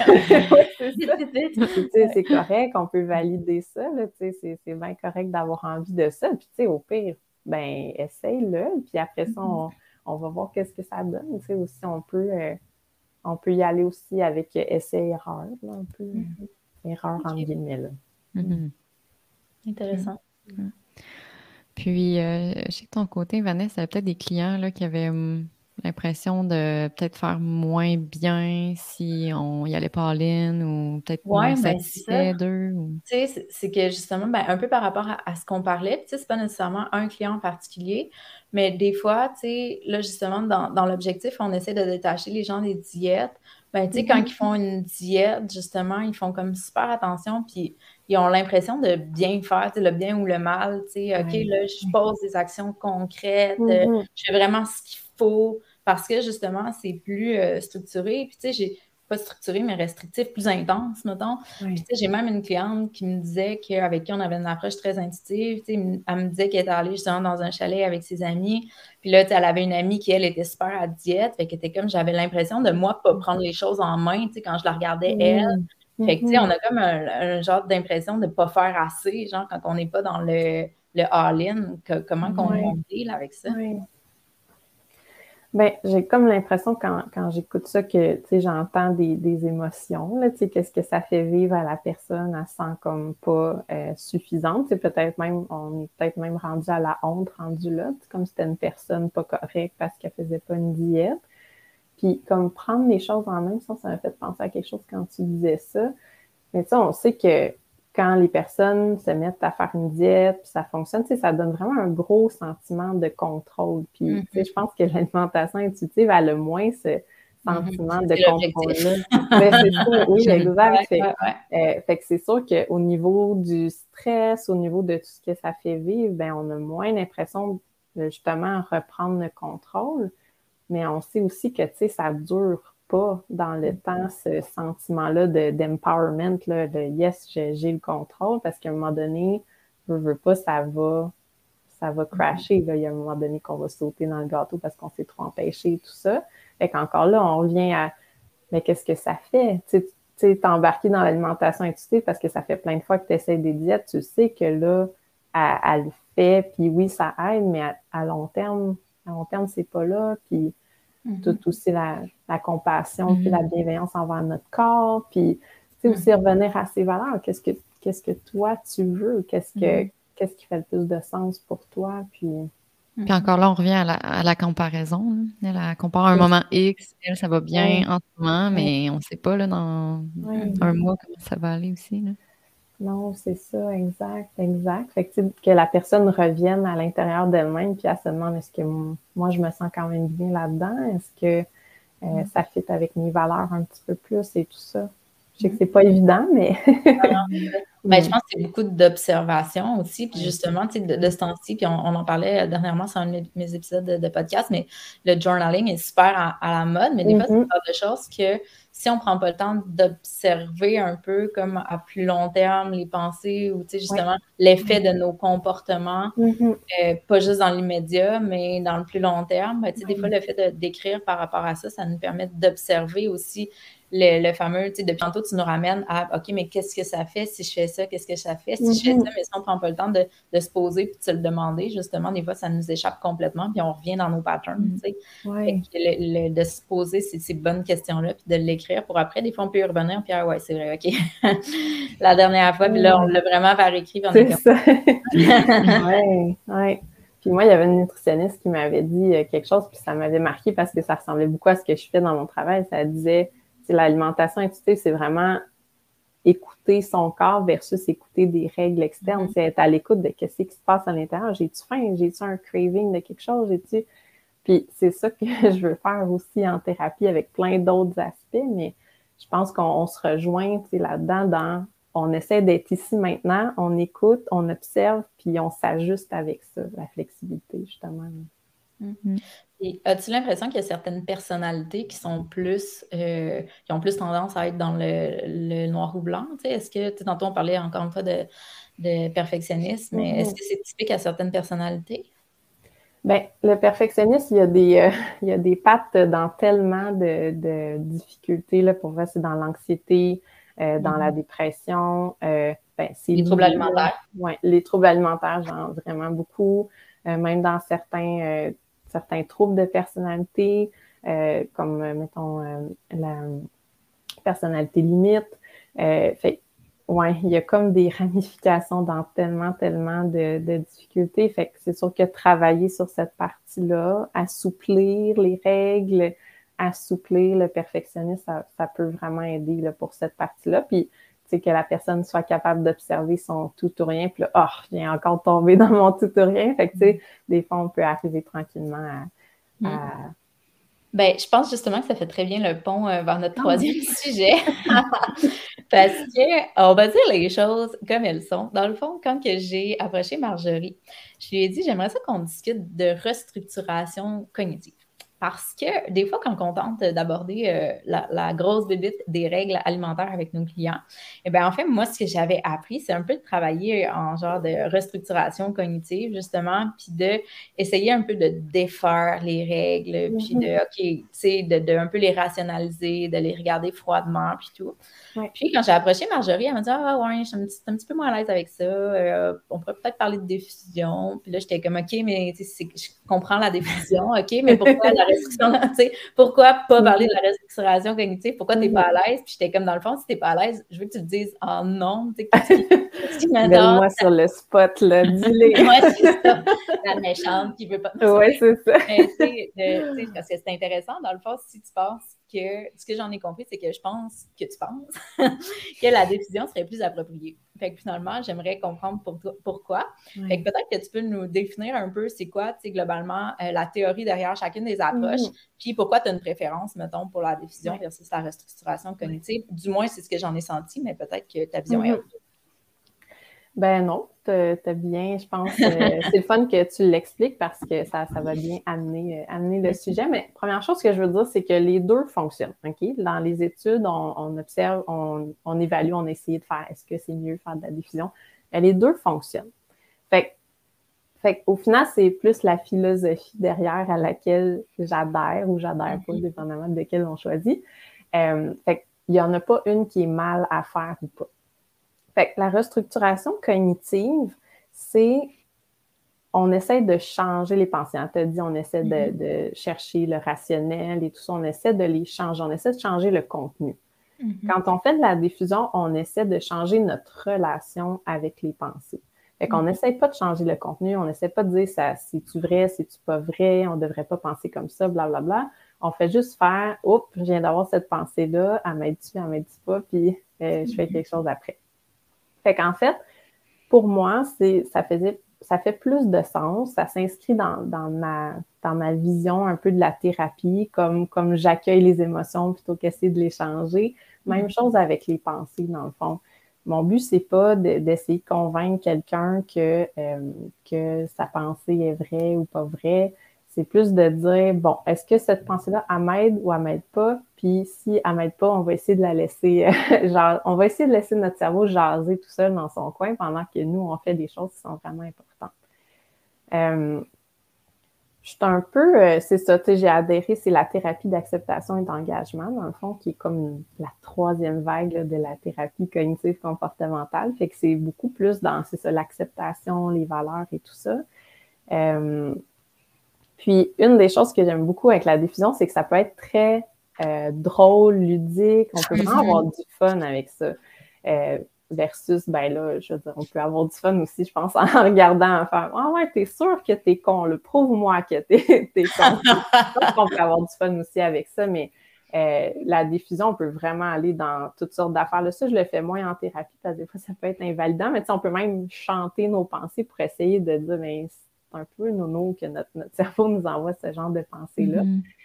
S2: C'est correct, on peut valider ça. Là, c'est bien correct d'avoir envie de ça. Puis, tu sais, au pire, ben essaye-le. Puis après ça, on va voir qu'est-ce que ça donne. Tu sais, aussi, on peut y aller aussi avec essai-erreur, là, un peu. Erreur entre guillemets, là.
S1: Intéressant.
S3: Puis, je sais que ton côté, Vanessa, il y avait peut-être des clients là, qui avaient l'impression de peut-être faire moins bien si on y allait pas en ligne ou peut-être moins satisfait d'eux.
S1: Tu sais, c'est que justement, ben, un peu par rapport à ce qu'on parlait, tu sais, c'est pas nécessairement un client en particulier, mais des fois, tu sais, là, justement, dans l'objectif, on essaie de détacher les gens des diètes. Ben, tu sais, quand ils font une diète, justement, ils font comme super attention, puis ils ont l'impression de bien faire, tu sais, le bien ou le mal, tu sais, OK, là, je pose des actions concrètes, je fais vraiment ce qu'il faut, parce que, justement, c'est plus structuré, puis tu sais, pas structuré, mais restrictif, plus intense, mettons. Puis, tu sais, j'ai même une cliente qui me disait qu'avec qui on avait une approche très intuitive, tu sais, elle me disait qu'elle était allée justement dans un chalet avec ses amis, puis là, tu sais, elle avait une amie qui, elle, était super à diète, fait qu'elle était comme, j'avais l'impression de, moi, pas prendre les choses en main, tu sais, quand je la regardais, elle. Fait que, tu sais, on a comme un genre d'impression de pas faire assez, genre, quand on n'est pas dans le all-in, comment qu'on deal avec ça?
S2: Ben, j'ai comme l'impression quand j'écoute ça que, tu sais, j'entends des émotions, là, tu sais, qu'est-ce que ça fait vivre à la personne, elle se sent comme pas suffisante, tu sais, peut-être même, on est peut-être même rendu à la honte, rendu là, comme si c'était une personne pas correcte parce qu'elle faisait pas une diète. Puis comme prendre les choses en main, ça m'a fait penser à quelque chose quand tu disais ça. Mais tu sais, on sait que quand les personnes se mettent à faire une diète, puis ça fonctionne, tu sais, ça donne vraiment un gros sentiment de contrôle. Puis, tu sais, je pense que l'alimentation intuitive, elle a moins ce sentiment de contrôle-là. Mais c'est ça, oui, exact. Fait que c'est sûr qu'au niveau du stress, au niveau de tout ce que ça fait vivre, ben on a moins l'impression de justement reprendre le contrôle. Mais on sait aussi que, tu sais, ça dure pas dans le temps, ce sentiment-là d'empowerment, là, de yes, j'ai le contrôle, parce qu'à un moment donné, je veux pas, ça va crasher. Là. Il y a un moment donné qu'on va sauter dans le gâteau parce qu'on s'est trop empêché et tout ça. Fait qu'encore là, on revient à mais qu'est-ce que ça fait? Tu sais, t'embarquer dans l'alimentation intuitive parce que ça fait plein de fois que tu essaies des diètes, tu sais que là, elle le fait, puis oui, ça aide, mais à long terme, c'est pas là. Puis tout aussi la compassion, puis la bienveillance envers notre corps, puis aussi revenir à ses valeurs. Qu'est-ce que toi, tu veux? Qu'est-ce qui fait le plus de sens pour toi? Puis
S3: encore là, on revient à la comparaison. Là. Elle compare un moment X, elle, ça va bien en ce moment, mais on ne sait pas là, dans un mois comment ça va aller aussi. Là.
S2: Non, c'est ça, exact. Fait que la personne revienne à l'intérieur d'elle-même, puis elle se demande, est-ce que moi, je me sens quand même bien là-dedans? Est-ce que ça fit avec mes valeurs un petit peu plus et tout ça? Je sais que c'est pas évident, mais...
S1: Ben, je pense que c'est beaucoup d'observation aussi. Puis justement, tu sais, de ce temps-ci, puis on en parlait dernièrement sur un de mes épisodes de podcast, mais le journaling est super à la mode. Mais des fois, c'est le genre de choses que si on ne prend pas le temps d'observer un peu comme à plus long terme les pensées ou tu sais, justement l'effet de nos comportements, pas juste dans l'immédiat, mais dans le plus long terme, ben, tu sais, des fois, le fait d'écrire par rapport à ça, ça nous permet d'observer aussi le fameux, tu sais, depuis tantôt, tu nous ramènes à, OK, mais qu'est-ce que ça fait si je fais ça? Qu'est-ce que ça fait si je fais ça? Mais si on ne prend pas le temps de se poser puis de se le demander, justement, des fois, ça nous échappe complètement puis on revient dans nos patterns, tu sais. De se poser ces bonnes questions-là puis de l'écrire pour après, des fois, on peut y revenir puis, ah ouais, c'est vrai, OK. La dernière fois, puis là, on l'a vraiment par écrit.
S2: C'est ça. Ouais. Puis moi, il y avait une nutritionniste qui m'avait dit quelque chose, puis ça m'avait marqué parce que ça ressemblait beaucoup à ce que je fais dans mon travail. Ça disait, l'alimentation intuitive, c'est vraiment écouter son corps versus écouter des règles externes. C'est être à l'écoute de qu'est-ce qui se passe à l'intérieur. J'ai-tu faim? J'ai-tu un craving de quelque chose? Puis c'est ça que je veux faire aussi en thérapie avec plein d'autres aspects, mais je pense qu'on se rejoint là-dedans on essaie d'être ici maintenant, on écoute, on observe, puis on s'ajuste avec ça, la flexibilité, justement.
S1: Et as-tu l'impression qu'il y a certaines personnalités qui sont plus, qui ont plus tendance à être dans le noir ou blanc? Est-ce que, tantôt on parlait encore une fois de perfectionnisme, mais est-ce que c'est typique à certaines personnalités?
S2: Bien, le perfectionnisme, il y a des pattes dans tellement de difficultés. Là, pour vrai, c'est dans l'anxiété, dans la dépression. C'est
S1: les troubles alimentaires.
S2: Oui, les troubles alimentaires, genre vraiment beaucoup. Même dans certains troubles de personnalité, comme, mettons, la personnalité limite. Il y a comme des ramifications dans tellement de difficultés. Fait que c'est sûr que travailler sur cette partie-là, assouplir les règles, assouplir le perfectionnisme, ça peut vraiment aider là, pour cette partie-là. Puis, tu sais, que la personne soit capable d'observer son tout ou rien. Puis là, je viens encore tomber dans mon tout ou rien. Fait que, tu sais, des fois, on peut arriver tranquillement à
S1: Ben, je pense justement que ça fait très bien le pont vers notre troisième sujet. Parce que, on va dire les choses comme elles sont. Dans le fond, quand que j'ai approché Marjorie, je lui ai dit, j'aimerais ça qu'on discute de restructuration cognitive. Parce que des fois, quand on tente d'aborder la grosse bébite des règles alimentaires avec nos clients, eh bien, en fait, moi, ce que j'avais appris, c'est un peu de travailler en genre de restructuration cognitive, justement, puis d'essayer un peu de défaire les règles, puis OK, tu sais, de un peu les rationaliser, de les regarder froidement, puis tout. Ouais. Puis, quand j'ai approché Marjorie, elle m'a dit « Ah ouais, je suis un petit peu moins à l'aise avec ça. On pourrait peut-être parler de diffusion. » Puis là, j'étais comme « OK, mais je comprends la définition, OK, mais pourquoi la restriction, tu sais, pourquoi pas parler de la restructuration cognitive? Pourquoi t'es pas à l'aise? Puis j'étais comme, dans le fond, si t'es pas à l'aise, je veux que tu te dises, oh non, tu sais, qu'est-ce qui m'attend?
S2: Mets-moi sur le spot, là, dis-le.
S1: Ouais, c'est ça, la méchante qui veut pas...
S2: Ouais, c'est ça.
S1: Mais tu sais, parce que c'est intéressant, dans le fond, si tu penses que, ce que j'en ai compris, c'est que je pense que tu penses que la décision serait plus appropriée. Fait que finalement, j'aimerais comprendre pourquoi.
S2: Ouais.
S1: Fait que peut-être que tu peux nous définir un peu c'est quoi, tu sais, globalement, la théorie derrière chacune des approches, puis pourquoi tu as une préférence, mettons, pour la décision versus la restructuration cognitive. Du moins, c'est ce que j'en ai senti, mais peut-être que ta vision est autre.
S2: Ben non, t'as bien, je pense. C'est le fun que tu l'expliques parce que ça va bien amener le sujet. Mais première chose que je veux dire, c'est que les deux fonctionnent. OK? Dans les études, on observe, on évalue, on essaie de faire est-ce que c'est mieux faire de la diffusion. Les deux fonctionnent. Fait qu'au final, c'est plus la philosophie derrière à laquelle j'adhère ou j'adhère pas, dépendamment de quelle on choisit. Fait qu'il y en a pas une qui est mal à faire ou pas. Fait que la restructuration cognitive, c'est on essaie de changer les pensées. On t'a dit, on essaie de chercher le rationnel et tout ça, on essaie de les changer, on essaie de changer le contenu. Quand on fait de la diffusion, on essaie de changer notre relation avec les pensées. Fait qu'on n'essaie pas de changer le contenu, on n'essaie pas de dire ça, c'est-tu vrai, c'est-tu pas vrai, on devrait pas penser comme ça, blablabla. On fait juste faire, oups, je viens d'avoir cette pensée-là, elle m'aide-tu, elle m'aide-tu pas, puis je fais quelque chose après. Fait qu'en fait, pour moi, ça fait plus de sens, ça s'inscrit dans ma vision un peu de la thérapie, comme j'accueille les émotions plutôt qu'essayer de les changer. Même chose avec les pensées, dans le fond. Mon but, c'est pas d'essayer de convaincre quelqu'un que sa pensée est vraie ou pas vraie. C'est plus de dire, bon, est-ce que cette pensée-là, elle m'aide ou elle m'aide pas? Puis si elle m'aide pas, on va essayer de la laisser, on va essayer de laisser notre cerveau jaser tout seul dans son coin pendant que nous, on fait des choses qui sont vraiment importantes. Je suis un peu, c'est ça, tu sais, j'ai adhéré, c'est la thérapie d'acceptation et d'engagement, dans le fond, qui est comme la troisième vague là, de la thérapie cognitive comportementale. Fait que c'est beaucoup plus dans, c'est ça, l'acceptation, les valeurs et tout ça. Puis, une des choses que j'aime beaucoup avec la diffusion, c'est que ça peut être très drôle, ludique. On peut vraiment avoir du fun avec ça. Versus, ben là, je veux dire, on peut avoir du fun aussi, je pense, en regardant, en faire « Ah ouais, t'es sûr que t'es con, le prouve-moi que t'es con. » Je pense qu'on peut avoir du fun aussi avec ça, mais la diffusion, on peut vraiment aller dans toutes sortes d'affaires. Là, ça, je le fais moins en thérapie, parce que des fois, ça peut être invalidant, mais tu sais, on peut même chanter nos pensées pour essayer de dire « Ben, c'est un peu nono que notre cerveau nous envoie ce genre de pensées-là.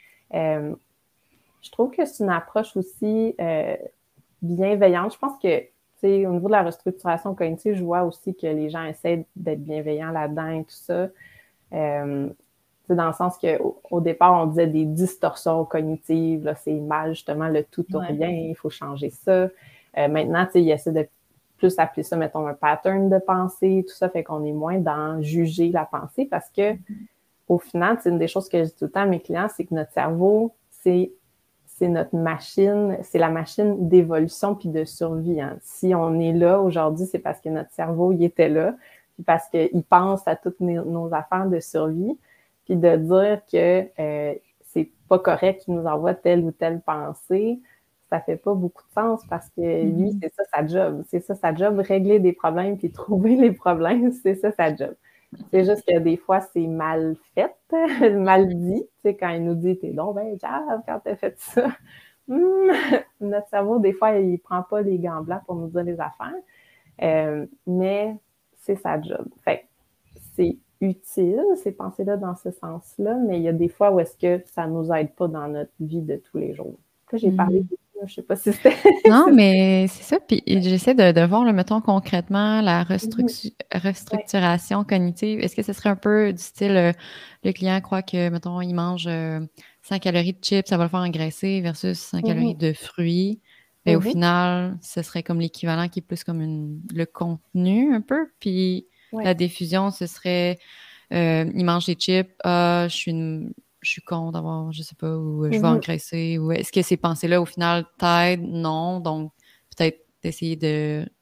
S2: Je trouve que c'est une approche aussi bienveillante. Je pense que, tu sais, au niveau de la restructuration cognitive, je vois aussi que les gens essaient d'être bienveillants là-dedans et tout ça. Dans le sens qu'au départ, on disait des distorsions cognitives, là, c'est mal, justement, le tout ou rien, il faut changer ça. Maintenant, tu sais, il essaie de plus appeler ça, mettons, un pattern de pensée, tout ça, fait qu'on est moins dans juger la pensée parce que, au final, c'est une des choses que je dis tout le temps à mes clients, c'est que notre cerveau, c'est notre machine, c'est la machine d'évolution puis de survie. Hein. Si on est là aujourd'hui, c'est parce que notre cerveau, il était là, puis parce qu'il pense à toutes nos affaires de survie, puis de dire que c'est pas correct qu'il nous envoie telle ou telle pensée, ça fait pas beaucoup de sens parce que lui, c'est ça sa job. C'est ça sa job, régler des problèmes puis trouver les problèmes, c'est ça sa job. C'est juste que des fois, c'est mal fait, mal dit. Tu sais, quand il nous dit « T'es donc ben grave quand t'as fait ça. » Notre cerveau, des fois, il prend pas les gants blancs pour nous dire les affaires. Mais c'est sa job. Fait que c'est utile, ces pensées-là, dans ce sens-là, mais il y a des fois où est-ce que ça nous aide pas dans notre vie de tous les jours. Là, j'ai parlé de ça, je sais pas si c'était...
S3: Non, mais c'est ça. Puis j'essaie de voir, là, mettons, concrètement, la restructuration cognitive. Est-ce que ce serait un peu du style, le client croit que, mettons, il mange 100 calories de chips, ça va le faire engraisser versus 100 calories de fruits. Mais au final, ce serait comme l'équivalent qui est plus comme le contenu un peu. Puis la diffusion, ce serait, il mange des chips, je suis con d'avoir, je sais pas, ou je vais engraisser, ou est-ce que ces pensées-là, au final, t'aident? Non. Donc, peut-être d'essayer de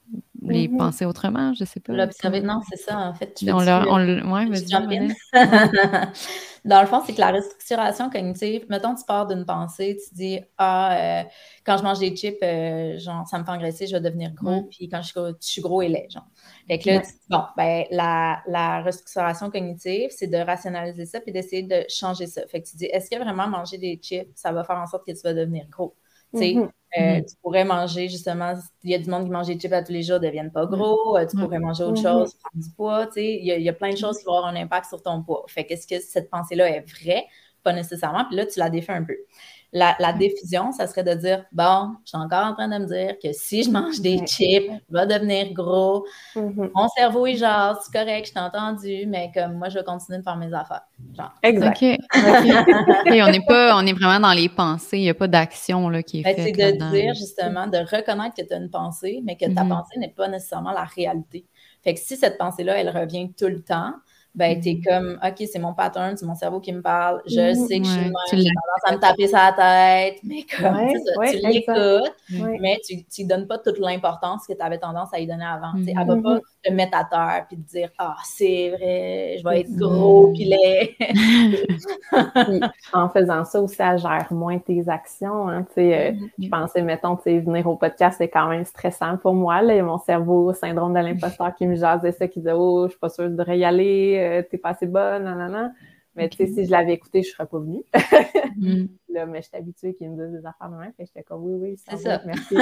S3: les penser autrement, je sais pas.
S1: L'observer, non, c'est ça, en fait.
S3: Ouais, vas-y,
S1: Dans le fond, c'est que la restructuration cognitive, mettons, tu pars d'une pensée, tu dis, quand je mange des chips, genre, ça me fait engraisser, je vais devenir gros, puis quand je suis gros et laid, genre. Fait que là, la restructuration cognitive, c'est de rationaliser ça, puis d'essayer de changer ça. Fait que tu dis, est-ce que vraiment manger des chips, ça va faire en sorte que tu vas devenir gros? Tu sais, tu pourrais manger, justement, il y a du monde qui mange des chips à tous les jours, ne deviennent pas gros. Tu pourrais manger autre chose, prendre du poids. Tu sais, il y a plein de choses qui vont avoir un impact sur ton poids. Fait qu'est-ce que cette pensée-là est vraie? Pas nécessairement. Puis là, tu la défais un peu. La diffusion, ça serait de dire, bon, je suis encore en train de me dire que si je mange des chips, je vais devenir gros. Mon cerveau, il jase, c'est correct, je t'ai entendu, mais comme moi, je vais continuer de faire mes affaires. Genre,
S2: exact.
S3: OK. On est vraiment dans les pensées, il n'y a pas d'action là, qui est faite.
S1: C'est de dire, justement, de reconnaître que tu as une pensée, mais que ta pensée n'est pas nécessairement la réalité. Fait que si cette pensée-là, elle revient tout le temps, ben, t'es comme, OK, c'est mon pattern, c'est mon cerveau qui me parle, je sais que je suis le même, j'ai tendance à me taper sur la tête, mais comme, tu l'écoutes, mais tu ne donnes pas toute l'importance que tu avais tendance à y donner avant. Elle ne va pas te mettre à terre puis te dire, c'est vrai, je vais être gros puis laid.
S2: Puis, en faisant ça aussi, elle gère moins tes actions. Hein, je pensais, mettons, venir au podcast, c'est quand même stressant pour moi. Là, il y a mon cerveau, syndrome de l'imposteur qui me jasait ça, qui disait, je suis pas sûre, je devrais y aller. T'es pas assez bonne, nanana. Mais tu sais, si je l'avais écouté, je serais pas venue. Là, mais je suis habituée qu'ils me disent des affaires de même. Fait que j'étais comme, oui,
S1: c'est ça.
S2: Merci.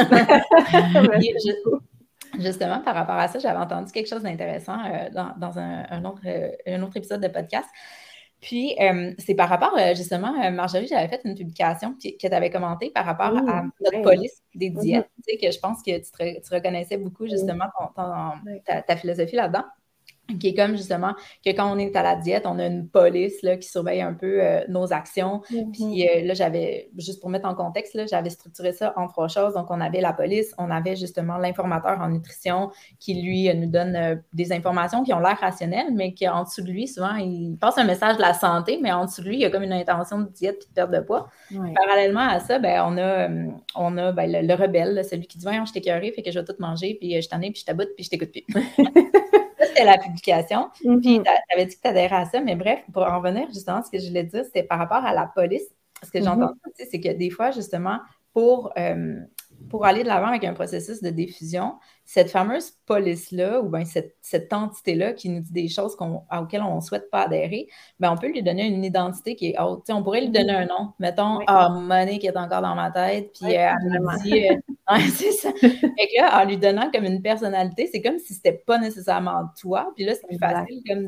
S1: Justement, par rapport à ça, j'avais entendu quelque chose d'intéressant dans un autre épisode de podcast. Puis, c'est par rapport, justement, Marjorie, j'avais fait une publication que tu avais commentée par rapport à notre police des diètes. Tu sais, que je pense que tu reconnaissais beaucoup, justement, ta philosophie là-dedans. Qui est comme justement que quand on est à la diète, on a une police là, qui surveille un peu nos actions. Puis là, juste pour mettre en contexte, là, j'avais structuré ça en 3 choses. Donc, on avait la police, on avait justement l'informateur en nutrition qui, lui, nous donne des informations qui ont l'air rationnelles, mais qu'en dessous de lui, souvent, il passe un message de la santé, mais en dessous de lui, il y a comme une intention de diète et de perte de poids. Parallèlement à ça, on a le rebelle, là, celui qui dit « Voyons, je t'ai écœuré, fait que je vais tout manger, puis je t'en ai, puis je t'aboute, puis je t'écoute plus. » Ça, c'était la publication. Puis, tu avais dit que tu adhérais à ça, mais bref, pour en revenir, justement, ce que je voulais dire, c'était par rapport à la police. Ce que j'entends, c'est que des fois, justement, pour aller de l'avant avec un processus de diffusion, cette fameuse police-là, ou bien cette entité-là qui nous dit des choses auxquelles on ne souhaite pas adhérer, bien, on peut lui donner une identité qui est haute. T'sais, on pourrait lui donner un nom. Mettons, Monique est encore dans ma tête, puis elle me dit... c'est ça. Fait que là, en lui donnant comme une personnalité, c'est comme si c'était pas nécessairement toi. Puis là, c'est plus facile comme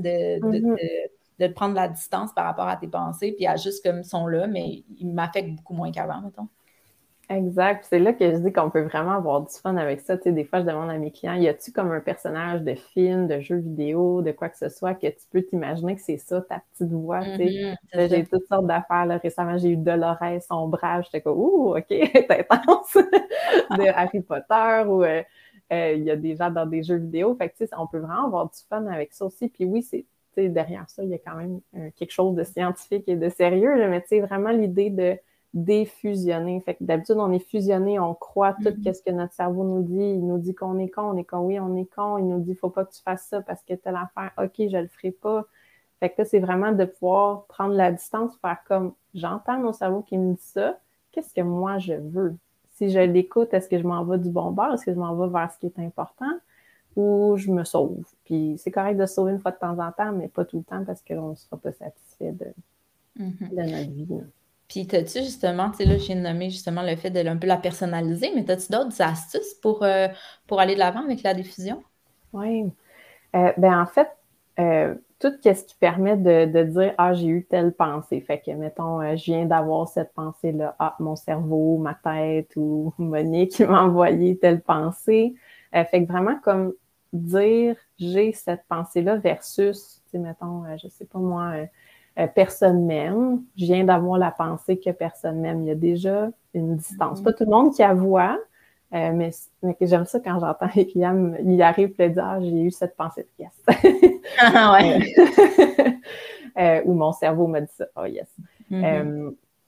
S1: de prendre la distance par rapport à tes pensées, puis à juste comme sont là, mais il m'affecte beaucoup moins qu'avant, mettons.
S2: Exact. C'est là que je dis qu'on peut vraiment avoir du fun avec ça. Tu sais, des fois, je demande à mes clients, y a-tu comme un personnage de film, de jeu vidéo, de quoi que ce soit, que tu peux t'imaginer que c'est ça, ta petite voix, tu sais. Là, j'ai toutes sortes d'affaires. Là. Récemment, j'ai eu Dolores Ombrage. J'étais comme, OK, c'est intense. De Harry Potter ou il y a des gens dans des jeux vidéo. Fait que, tu sais, on peut vraiment avoir du fun avec ça aussi. Puis oui, c'est, tu sais, derrière ça, il y a quand même quelque chose de scientifique et de sérieux, là, mais tu sais, vraiment l'idée de défusionner. Fait que d'habitude, on est fusionné, on croit tout ce que notre cerveau nous dit. Il nous dit qu'on est con, oui, on est con. Il nous dit, faut pas que tu fasses ça parce que telle affaire, OK, je le ferai pas. Fait que là, c'est vraiment de pouvoir prendre la distance, faire comme, j'entends mon cerveau qui me dit ça, qu'est-ce que moi je veux? Si je l'écoute, est-ce que je m'en vais du bon bord? Est-ce que je m'en vais vers ce qui est important? Ou je me sauve? Puis c'est correct de se sauver une fois de temps en temps, mais pas tout le temps parce qu'on ne sera pas satisfait de notre vie. Là.
S1: Puis, t'as-tu justement, tu sais, là, je viens de nommer justement le fait de un peu la personnaliser, mais t'as-tu d'autres astuces pour aller de l'avant avec la diffusion?
S2: Oui. En fait, tout ce qui permet de dire « Ah, j'ai eu telle pensée ». Fait que, mettons, je viens d'avoir cette pensée-là. Ah, mon cerveau, ma tête ou Monique m'a envoyé telle pensée. Fait que vraiment, comme dire « J'ai cette pensée-là » versus, tu sais, mettons, je sais pas moi... personne m'aime, je viens d'avoir la pensée que personne m'aime. Il y a déjà une distance. Pas tout le monde qui la voit, mais que j'aime ça quand j'entends les clients, il arrive et dire « Ah, j'ai eu cette pensée de yes. » Ou mon cerveau m'a dit ça. « Oh yes.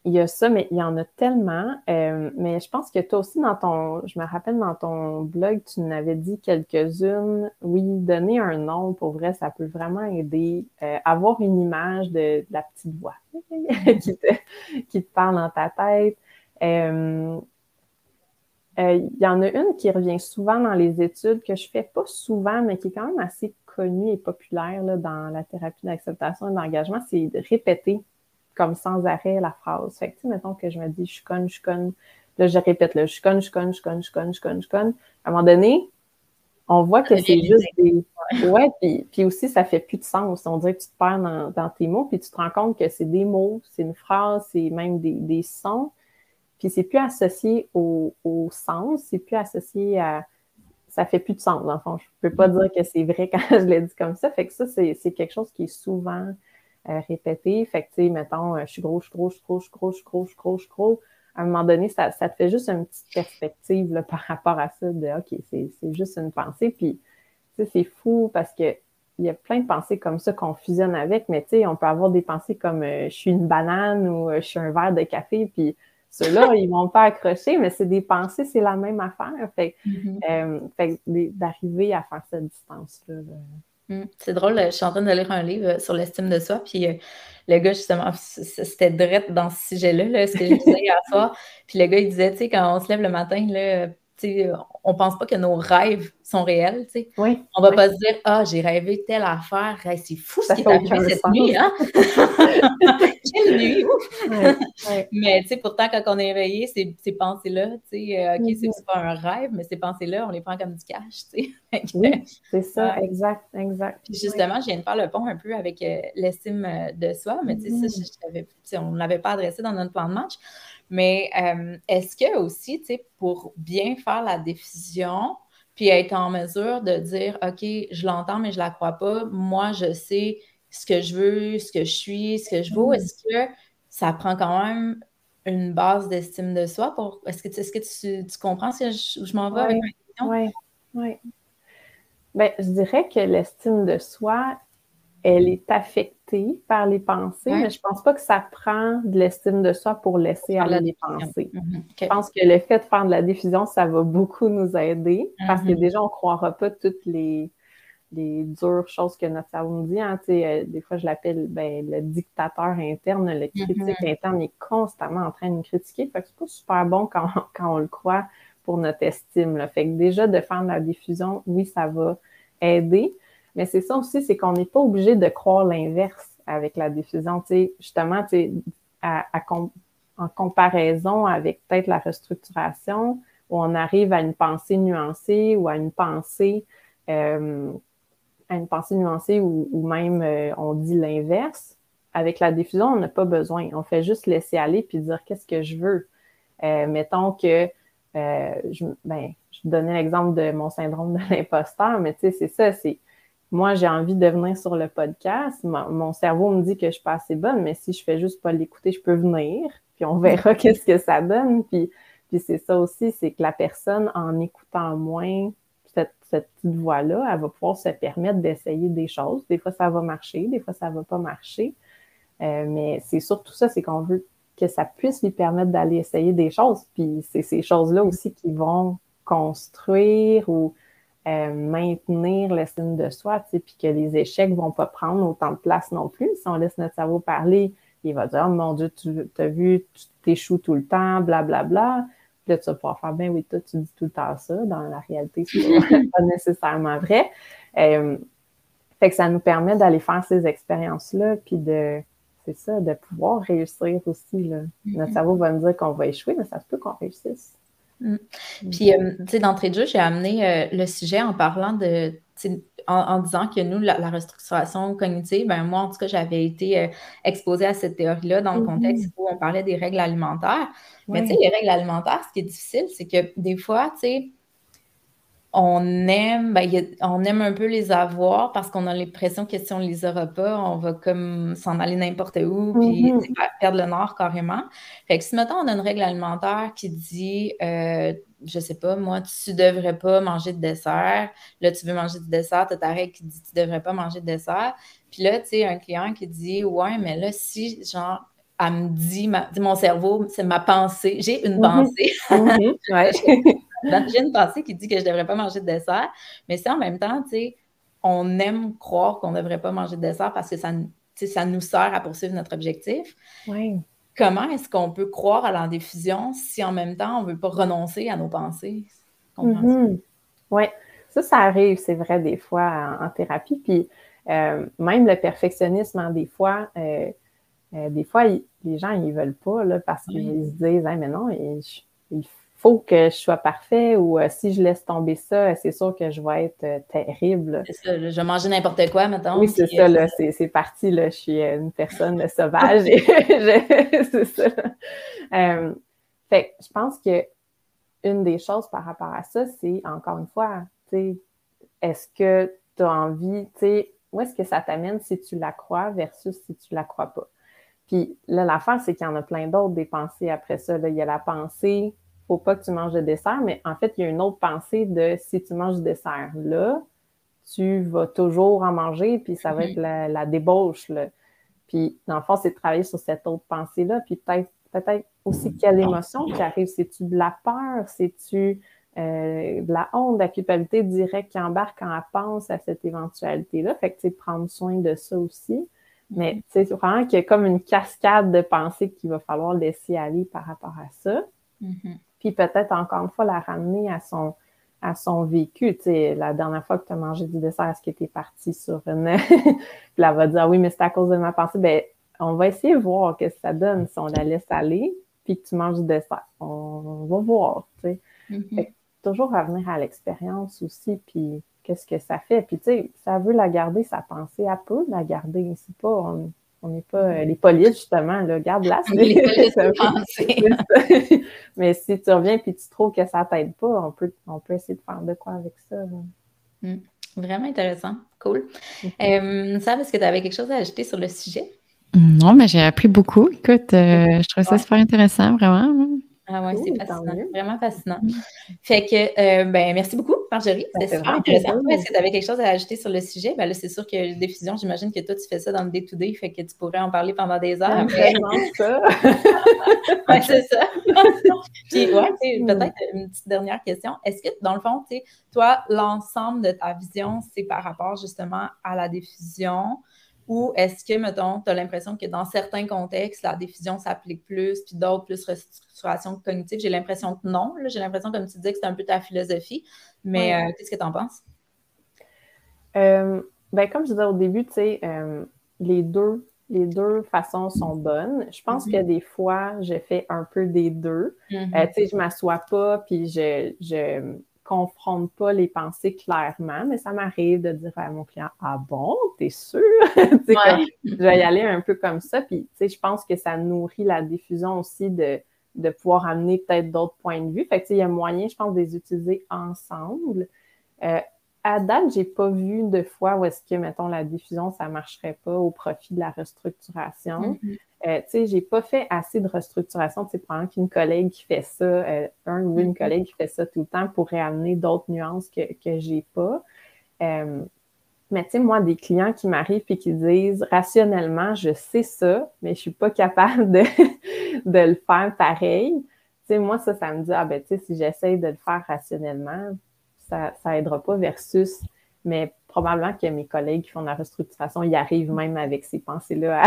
S2: il y a ça, mais il y en a tellement. Mais je pense que toi aussi, je me rappelle dans ton blog, tu m'avais dit quelques-unes. Oui, donner un nom, pour vrai, ça peut vraiment aider. Avoir une image de la petite voix qui te parle dans ta tête. Il y en a une qui revient souvent dans les études, que je fais pas souvent, mais qui est quand même assez connue et populaire là, dans la thérapie d'acceptation et d'engagement, c'est de répéter comme sans arrêt la phrase. Fait que, tu sais, mettons que je me dis, je conne. Là, je répète, là, je conne. À un moment donné, on voit que c'est juste des... Ouais, puis aussi, ça fait plus de sens. On dirait que tu te perds dans tes mots, puis tu te rends compte que c'est des mots, c'est une phrase, c'est même des sons. Puis c'est plus associé au sens, c'est plus associé à... Ça fait plus de sens, dans le fond. Je peux pas dire que c'est vrai quand je l'ai dit comme ça. Fait que ça, c'est quelque chose qui est souvent répété. Fait que, tu sais, mettons, je suis gros, je suis gros, je suis gros, je suis gros, je suis gros, je suis gros, je suis gros. À un moment donné, ça te fait juste une petite perspective là, par rapport à ça de OK, c'est juste une pensée. Puis, tu sais, c'est fou parce que il y a plein de pensées comme ça qu'on fusionne avec, mais tu sais, on peut avoir des pensées comme je suis une banane ou je suis un verre de café, puis ceux-là, ils vont pas accrocher, mais c'est des pensées, c'est la même affaire. Fait que d'arriver à faire cette distance-là.
S1: C'est drôle, je suis en train de lire un livre sur l'estime de soi, puis le gars, justement, c'était direct dans ce sujet-là, là, ce que je disais hier soir. Puis le gars, il disait, tu sais, quand on se lève le matin, là, tu sais, on pense pas que nos rêves sont réels, tu sais.
S2: Oui,
S1: on va pas se dire, ah, j'ai rêvé telle affaire, hey, c'est fou ce qui est arrivé cette nuit, hein? Quelle nuit! Mais tu sais, pourtant, quand on est réveillé, ces pensées-là, tu sais, OK, c'est pas un rêve, mais ces pensées-là, on les prend comme du cash, tu sais.
S2: Oui, c'est ça, exact.
S1: Puis justement, je viens de faire le pont un peu avec l'estime de soi, mais tu sais, on ne l'avait pas adressé dans notre plan de match. Mais est-ce que aussi, tu sais, pour bien faire la diffusion, puis être en mesure de dire, OK, je l'entends, mais je la crois pas, moi, je sais ce que je veux, ce que je suis, ce que je vaux, est-ce que ça prend quand même une base d'estime de soi pour... Est-ce que tu comprends ce que je m'en vais avec ma question?
S2: Oui. Bien, je dirais que l'estime de soi, elle est affectée par les pensées, mais je pense pas que ça prend de l'estime de soi pour laisser aller les pensées. Je pense que le fait de faire de la diffusion, ça va beaucoup nous aider parce que déjà, on croira pas toutes les dures choses que notre cerveau nous dit. Hein. Des fois, je l'appelle le dictateur interne, le critique interne est constamment en train de nous critiquer. Fait que c'est pas super bon quand on le croit pour notre estime. Là. Fait que déjà, de faire de la diffusion, oui, ça va aider. Mais c'est ça aussi, c'est qu'on n'est pas obligé de croire l'inverse avec la diffusion. T'sais, justement, en comparaison avec peut-être la restructuration, où on arrive à une pensée nuancée ou à une pensée nuancée ou même on dit l'inverse. Avec la diffusion, on n'a pas besoin. On fait juste laisser aller puis dire qu'est-ce que je veux. Mettons que je donnais l'exemple de mon syndrome de l'imposteur, mais tu sais, c'est ça, c'est moi, j'ai envie de venir sur le podcast. Mon cerveau me dit que je suis pas assez bonne, mais si je fais juste pas l'écouter, je peux venir, puis on verra qu'est-ce que ça donne. Puis c'est ça aussi, c'est que la personne, en écoutant moins cette petite voix-là, elle va pouvoir se permettre d'essayer des choses. Des fois, ça va marcher, des fois, ça va pas marcher. Mais c'est surtout ça, c'est qu'on veut que ça puisse lui permettre d'aller essayer des choses. Puis c'est ces choses-là aussi qui vont construire ou maintenir l'estime de soi, tu sais, puis que les échecs vont pas prendre autant de place non plus. Si on laisse notre cerveau parler, il va dire « Oh mon Dieu, tu t'as vu, tu t'échoues tout le temps, blablabla. Bla, bla. » Puis là, tu vas pouvoir faire « Ben oui, toi, tu dis tout le temps ça. » Dans la réalité, c'est pas nécessairement vrai. Fait que ça nous permet d'aller faire ces expériences-là, puis c'est ça, de pouvoir réussir aussi. Là. Notre cerveau va nous dire qu'on va échouer, mais ça se peut qu'on réussisse.
S1: Puis, tu sais, d'entrée de jeu, j'ai amené le sujet en parlant en disant que nous, la restructuration cognitive, ben moi, en tout cas, j'avais été exposée à cette théorie-là dans le contexte où on parlait des règles alimentaires. Mais tu sais, les règles alimentaires, ce qui est difficile, c'est que des fois, tu sais, on aime un peu les avoir parce qu'on a l'impression que si on les aura pas, on va comme s'en aller n'importe où puis perdre le nord carrément. Fait que si, mettons, on a une règle alimentaire qui dit, je sais pas, moi, tu devrais pas manger de dessert. Là, tu veux manger du dessert, t'as ta règle qui dit, tu devrais pas manger de dessert. Puis là, tu sais, un client qui dit, ouais, mais là, si, genre, elle me dit, mon cerveau, c'est ma pensée. J'ai une pensée.
S2: Ouais.
S1: J'ai une pensée qui dit que je ne devrais pas manger de dessert. Mais si en même temps, tu sais, on aime croire qu'on ne devrait pas manger de dessert parce que ça nous sert à poursuivre notre objectif.
S2: Ouais.
S1: Comment est-ce qu'on peut croire à l'endiffusion si en même temps, on ne veut pas renoncer à nos pensées?
S2: Oui, ça arrive, c'est vrai, des fois en thérapie. Puis même le perfectionnisme, des fois, les gens, ils ne veulent pas là, parce qu'ils se disent hey, mais non, il faut que je sois parfait ou si je laisse tomber ça, c'est sûr que je vais être terrible.
S1: C'est ça, je vais manger n'importe quoi, mettons.
S2: Oui, c'est ça, là, c'est parti, là, je suis une personne sauvage. C'est ça. Fait que je pense que une des choses par rapport à ça, c'est, encore une fois, tu sais, est-ce que tu as envie, tu sais, où est-ce que ça t'amène si tu la crois versus si tu la crois pas? Puis là, l'affaire, c'est qu'il y en a plein d'autres des pensées après ça. Là. Il y a la pensée, faut pas que tu manges de dessert, mais en fait, il y a une autre pensée de si tu manges du dessert là, tu vas toujours en manger, puis ça va être la débauche, là. Puis, dans le fond, c'est de travailler sur cette autre pensée-là, puis peut-être aussi quelle émotion qui arrive. C'est-tu de la peur? C'est-tu de la honte, de la culpabilité directe qui embarque quand elle pense à cette éventualité-là? Fait que, tu sais, prendre soin de ça aussi. Mais, tu sais, c'est vraiment qu'il y a comme une cascade de pensées qu'il va falloir laisser aller par rapport à ça. Puis peut-être, encore une fois, la ramener à son vécu. Tu sais, la dernière fois que tu as mangé du dessert, est-ce que tu es parti sur une... Puis là, elle va dire, oui, mais c'est à cause de ma pensée. Bien, on va essayer de voir ce que ça donne si on la laisse aller, puis que tu manges du dessert. On va voir, tu sais. Fait que toujours revenir à l'expérience aussi, puis qu'est-ce que ça fait. Puis, tu sais, ça veut la garder, sa pensée, elle peut la garder. C'est pas... On n'est pas les polices, justement, là, garde-la.
S1: Les polices de pensée.
S2: Mais si tu reviens et tu trouves que ça ne t'aide pas, on peut essayer de faire de quoi avec ça.
S1: Vraiment intéressant. Cool. Sab, est-ce que tu avais quelque chose à ajouter sur le sujet?
S3: Non, mais j'ai appris beaucoup. Écoute, je trouve ça super intéressant, vraiment.
S1: Ah oui, c'est fascinant. Vraiment fascinant. Fait que, merci beaucoup, Marjorie. C'était super intéressant. Est-ce que tu avais quelque chose à ajouter sur le sujet? Ben là, c'est sûr que diffusion, j'imagine que toi, tu fais ça dans le day-to-day, fait que tu pourrais en parler pendant des heures.
S2: Vraiment ça.
S1: Oui, c'est ça. Puis, peut-être une petite dernière question. Est-ce que, dans le fond, tu sais, toi, l'ensemble de ta vision, c'est par rapport justement à la diffusion? Ou est-ce que, mettons, tu as l'impression que dans certains contextes, la diffusion s'applique plus, puis d'autres plus restructuration cognitive? J'ai l'impression que non. Là. J'ai l'impression, comme tu disais, que c'est un peu ta philosophie. Mais qu'est-ce que tu en penses?
S2: Comme je disais au début, tu sais, les deux façons sont bonnes. Je pense que des fois, je fais un peu des deux. Tu sais, je m'assois pas, puis je confronte pas les pensées clairement, mais ça m'arrive de dire à mon client « Ah bon, t'es sûr? » Je vais y aller un peu comme ça, puis tu sais, je pense que ça nourrit la diffusion aussi de pouvoir amener peut-être d'autres points de vue. Fait que tu sais, il y a moyen, je pense, de les utiliser ensemble. À date, j'ai pas vu de fois où est-ce que, mettons, la diffusion, ça marcherait pas au profit de la restructuration. Tu sais, j'ai pas fait assez de restructuration. Tu sais, par exemple, une collègue qui fait ça, une collègue qui fait ça tout le temps pourrait amener d'autres nuances que j'ai pas. Mais tu sais, moi, des clients qui m'arrivent et qui disent rationnellement, je sais ça, mais je suis pas capable de le faire pareil. Tu sais, moi, ça me dit, tu sais, si j'essaye de le faire rationnellement, ça aidera pas versus, mais probablement que mes collègues qui font de la restructuration, ils arrivent même avec ces pensées-là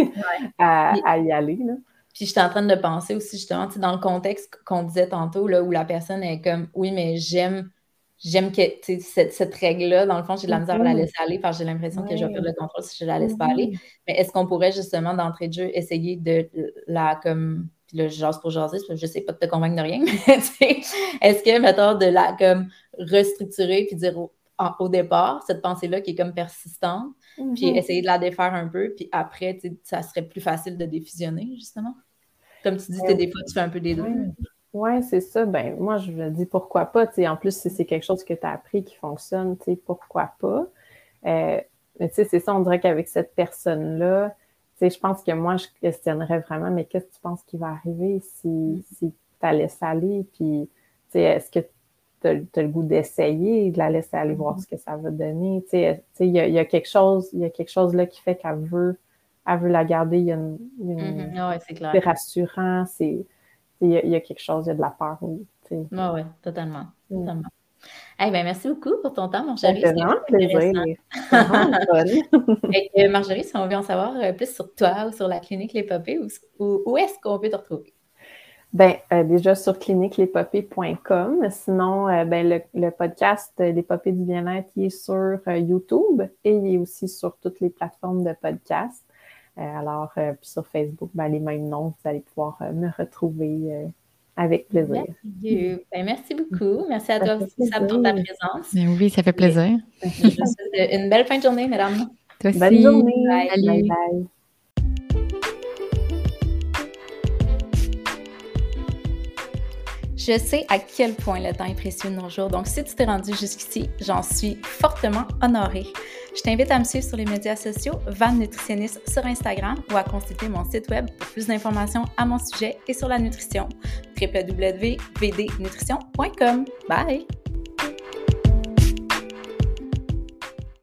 S2: à y aller, là.
S1: Puis, je suis en train de penser aussi, justement, dans le contexte qu'on disait tantôt, là, où la personne est comme, oui, mais j'aime que cette règle-là, dans le fond, j'ai de la misère à la laisser aller parce que j'ai l'impression que je vais perdre le contrôle si je la laisse pas aller. Mais est-ce qu'on pourrait, justement, d'entrée de jeu, essayer de la, comme, puis là, je jase pour jaser, parce que je sais pas de te convaincre de rien, mais est-ce que, mettons, de la, comme, restructurer puis dire au départ, cette pensée-là qui est comme persistante, puis essayer de la défaire un peu, puis après, ça serait plus facile de diffusionner, justement? Comme tu dis, des fois, tu fais un peu des deux.
S2: Oui, c'est ça. Ben, moi, je me dis pourquoi pas. En plus, si c'est quelque chose que tu as appris qui fonctionne, pourquoi pas. Mais tu sais, c'est ça, on dirait qu'avec cette personne-là, je pense que moi, je questionnerais vraiment, mais qu'est-ce que tu penses qui va arriver si tu la laisses aller? Puis, est-ce que tu as le goût d'essayer, de la laisser aller voir ce que ça va donner? Il y a quelque chose là qui fait qu'elle veut elle veut la garder, il y a
S1: Ouais, c'est clair.
S2: c'est rassurant, il y a quelque chose, il y a de la peur.
S1: Ouais, totalement. Totalement. Eh bien, merci beaucoup pour ton temps,
S2: Ça
S1: Marjorie.
S2: fait vraiment plaisir. C'est vraiment fun.
S1: Et Marjorie, si on veut en savoir plus sur toi ou sur la clinique L'Épopée, où est-ce qu'on peut te retrouver?
S2: Ben, déjà sur cliniquelépopée.com. Sinon, le podcast L'Épopée du bien-être, il est sur YouTube et il est aussi sur toutes les plateformes de podcast. Alors, puis sur Facebook, les mêmes noms, vous allez pouvoir me retrouver avec plaisir.
S1: Merci beaucoup. Merci à toi aussi, Sam, pour ta présence.
S3: Oui, ça fait plaisir.
S1: Je vous souhaite une belle fin de journée, mesdames.
S3: Toi aussi.
S2: Bonne journée.
S3: Bye.
S2: Bye.
S1: Je sais à quel point le temps est précieux de nos jours, donc si tu t'es rendu jusqu'ici, j'en suis fortement honorée. Je t'invite à me suivre sur les médias sociaux, Van Nutritionniste sur Instagram ou à consulter mon site web pour plus d'informations à mon sujet et sur la nutrition, www.vdnutrition.com. Bye!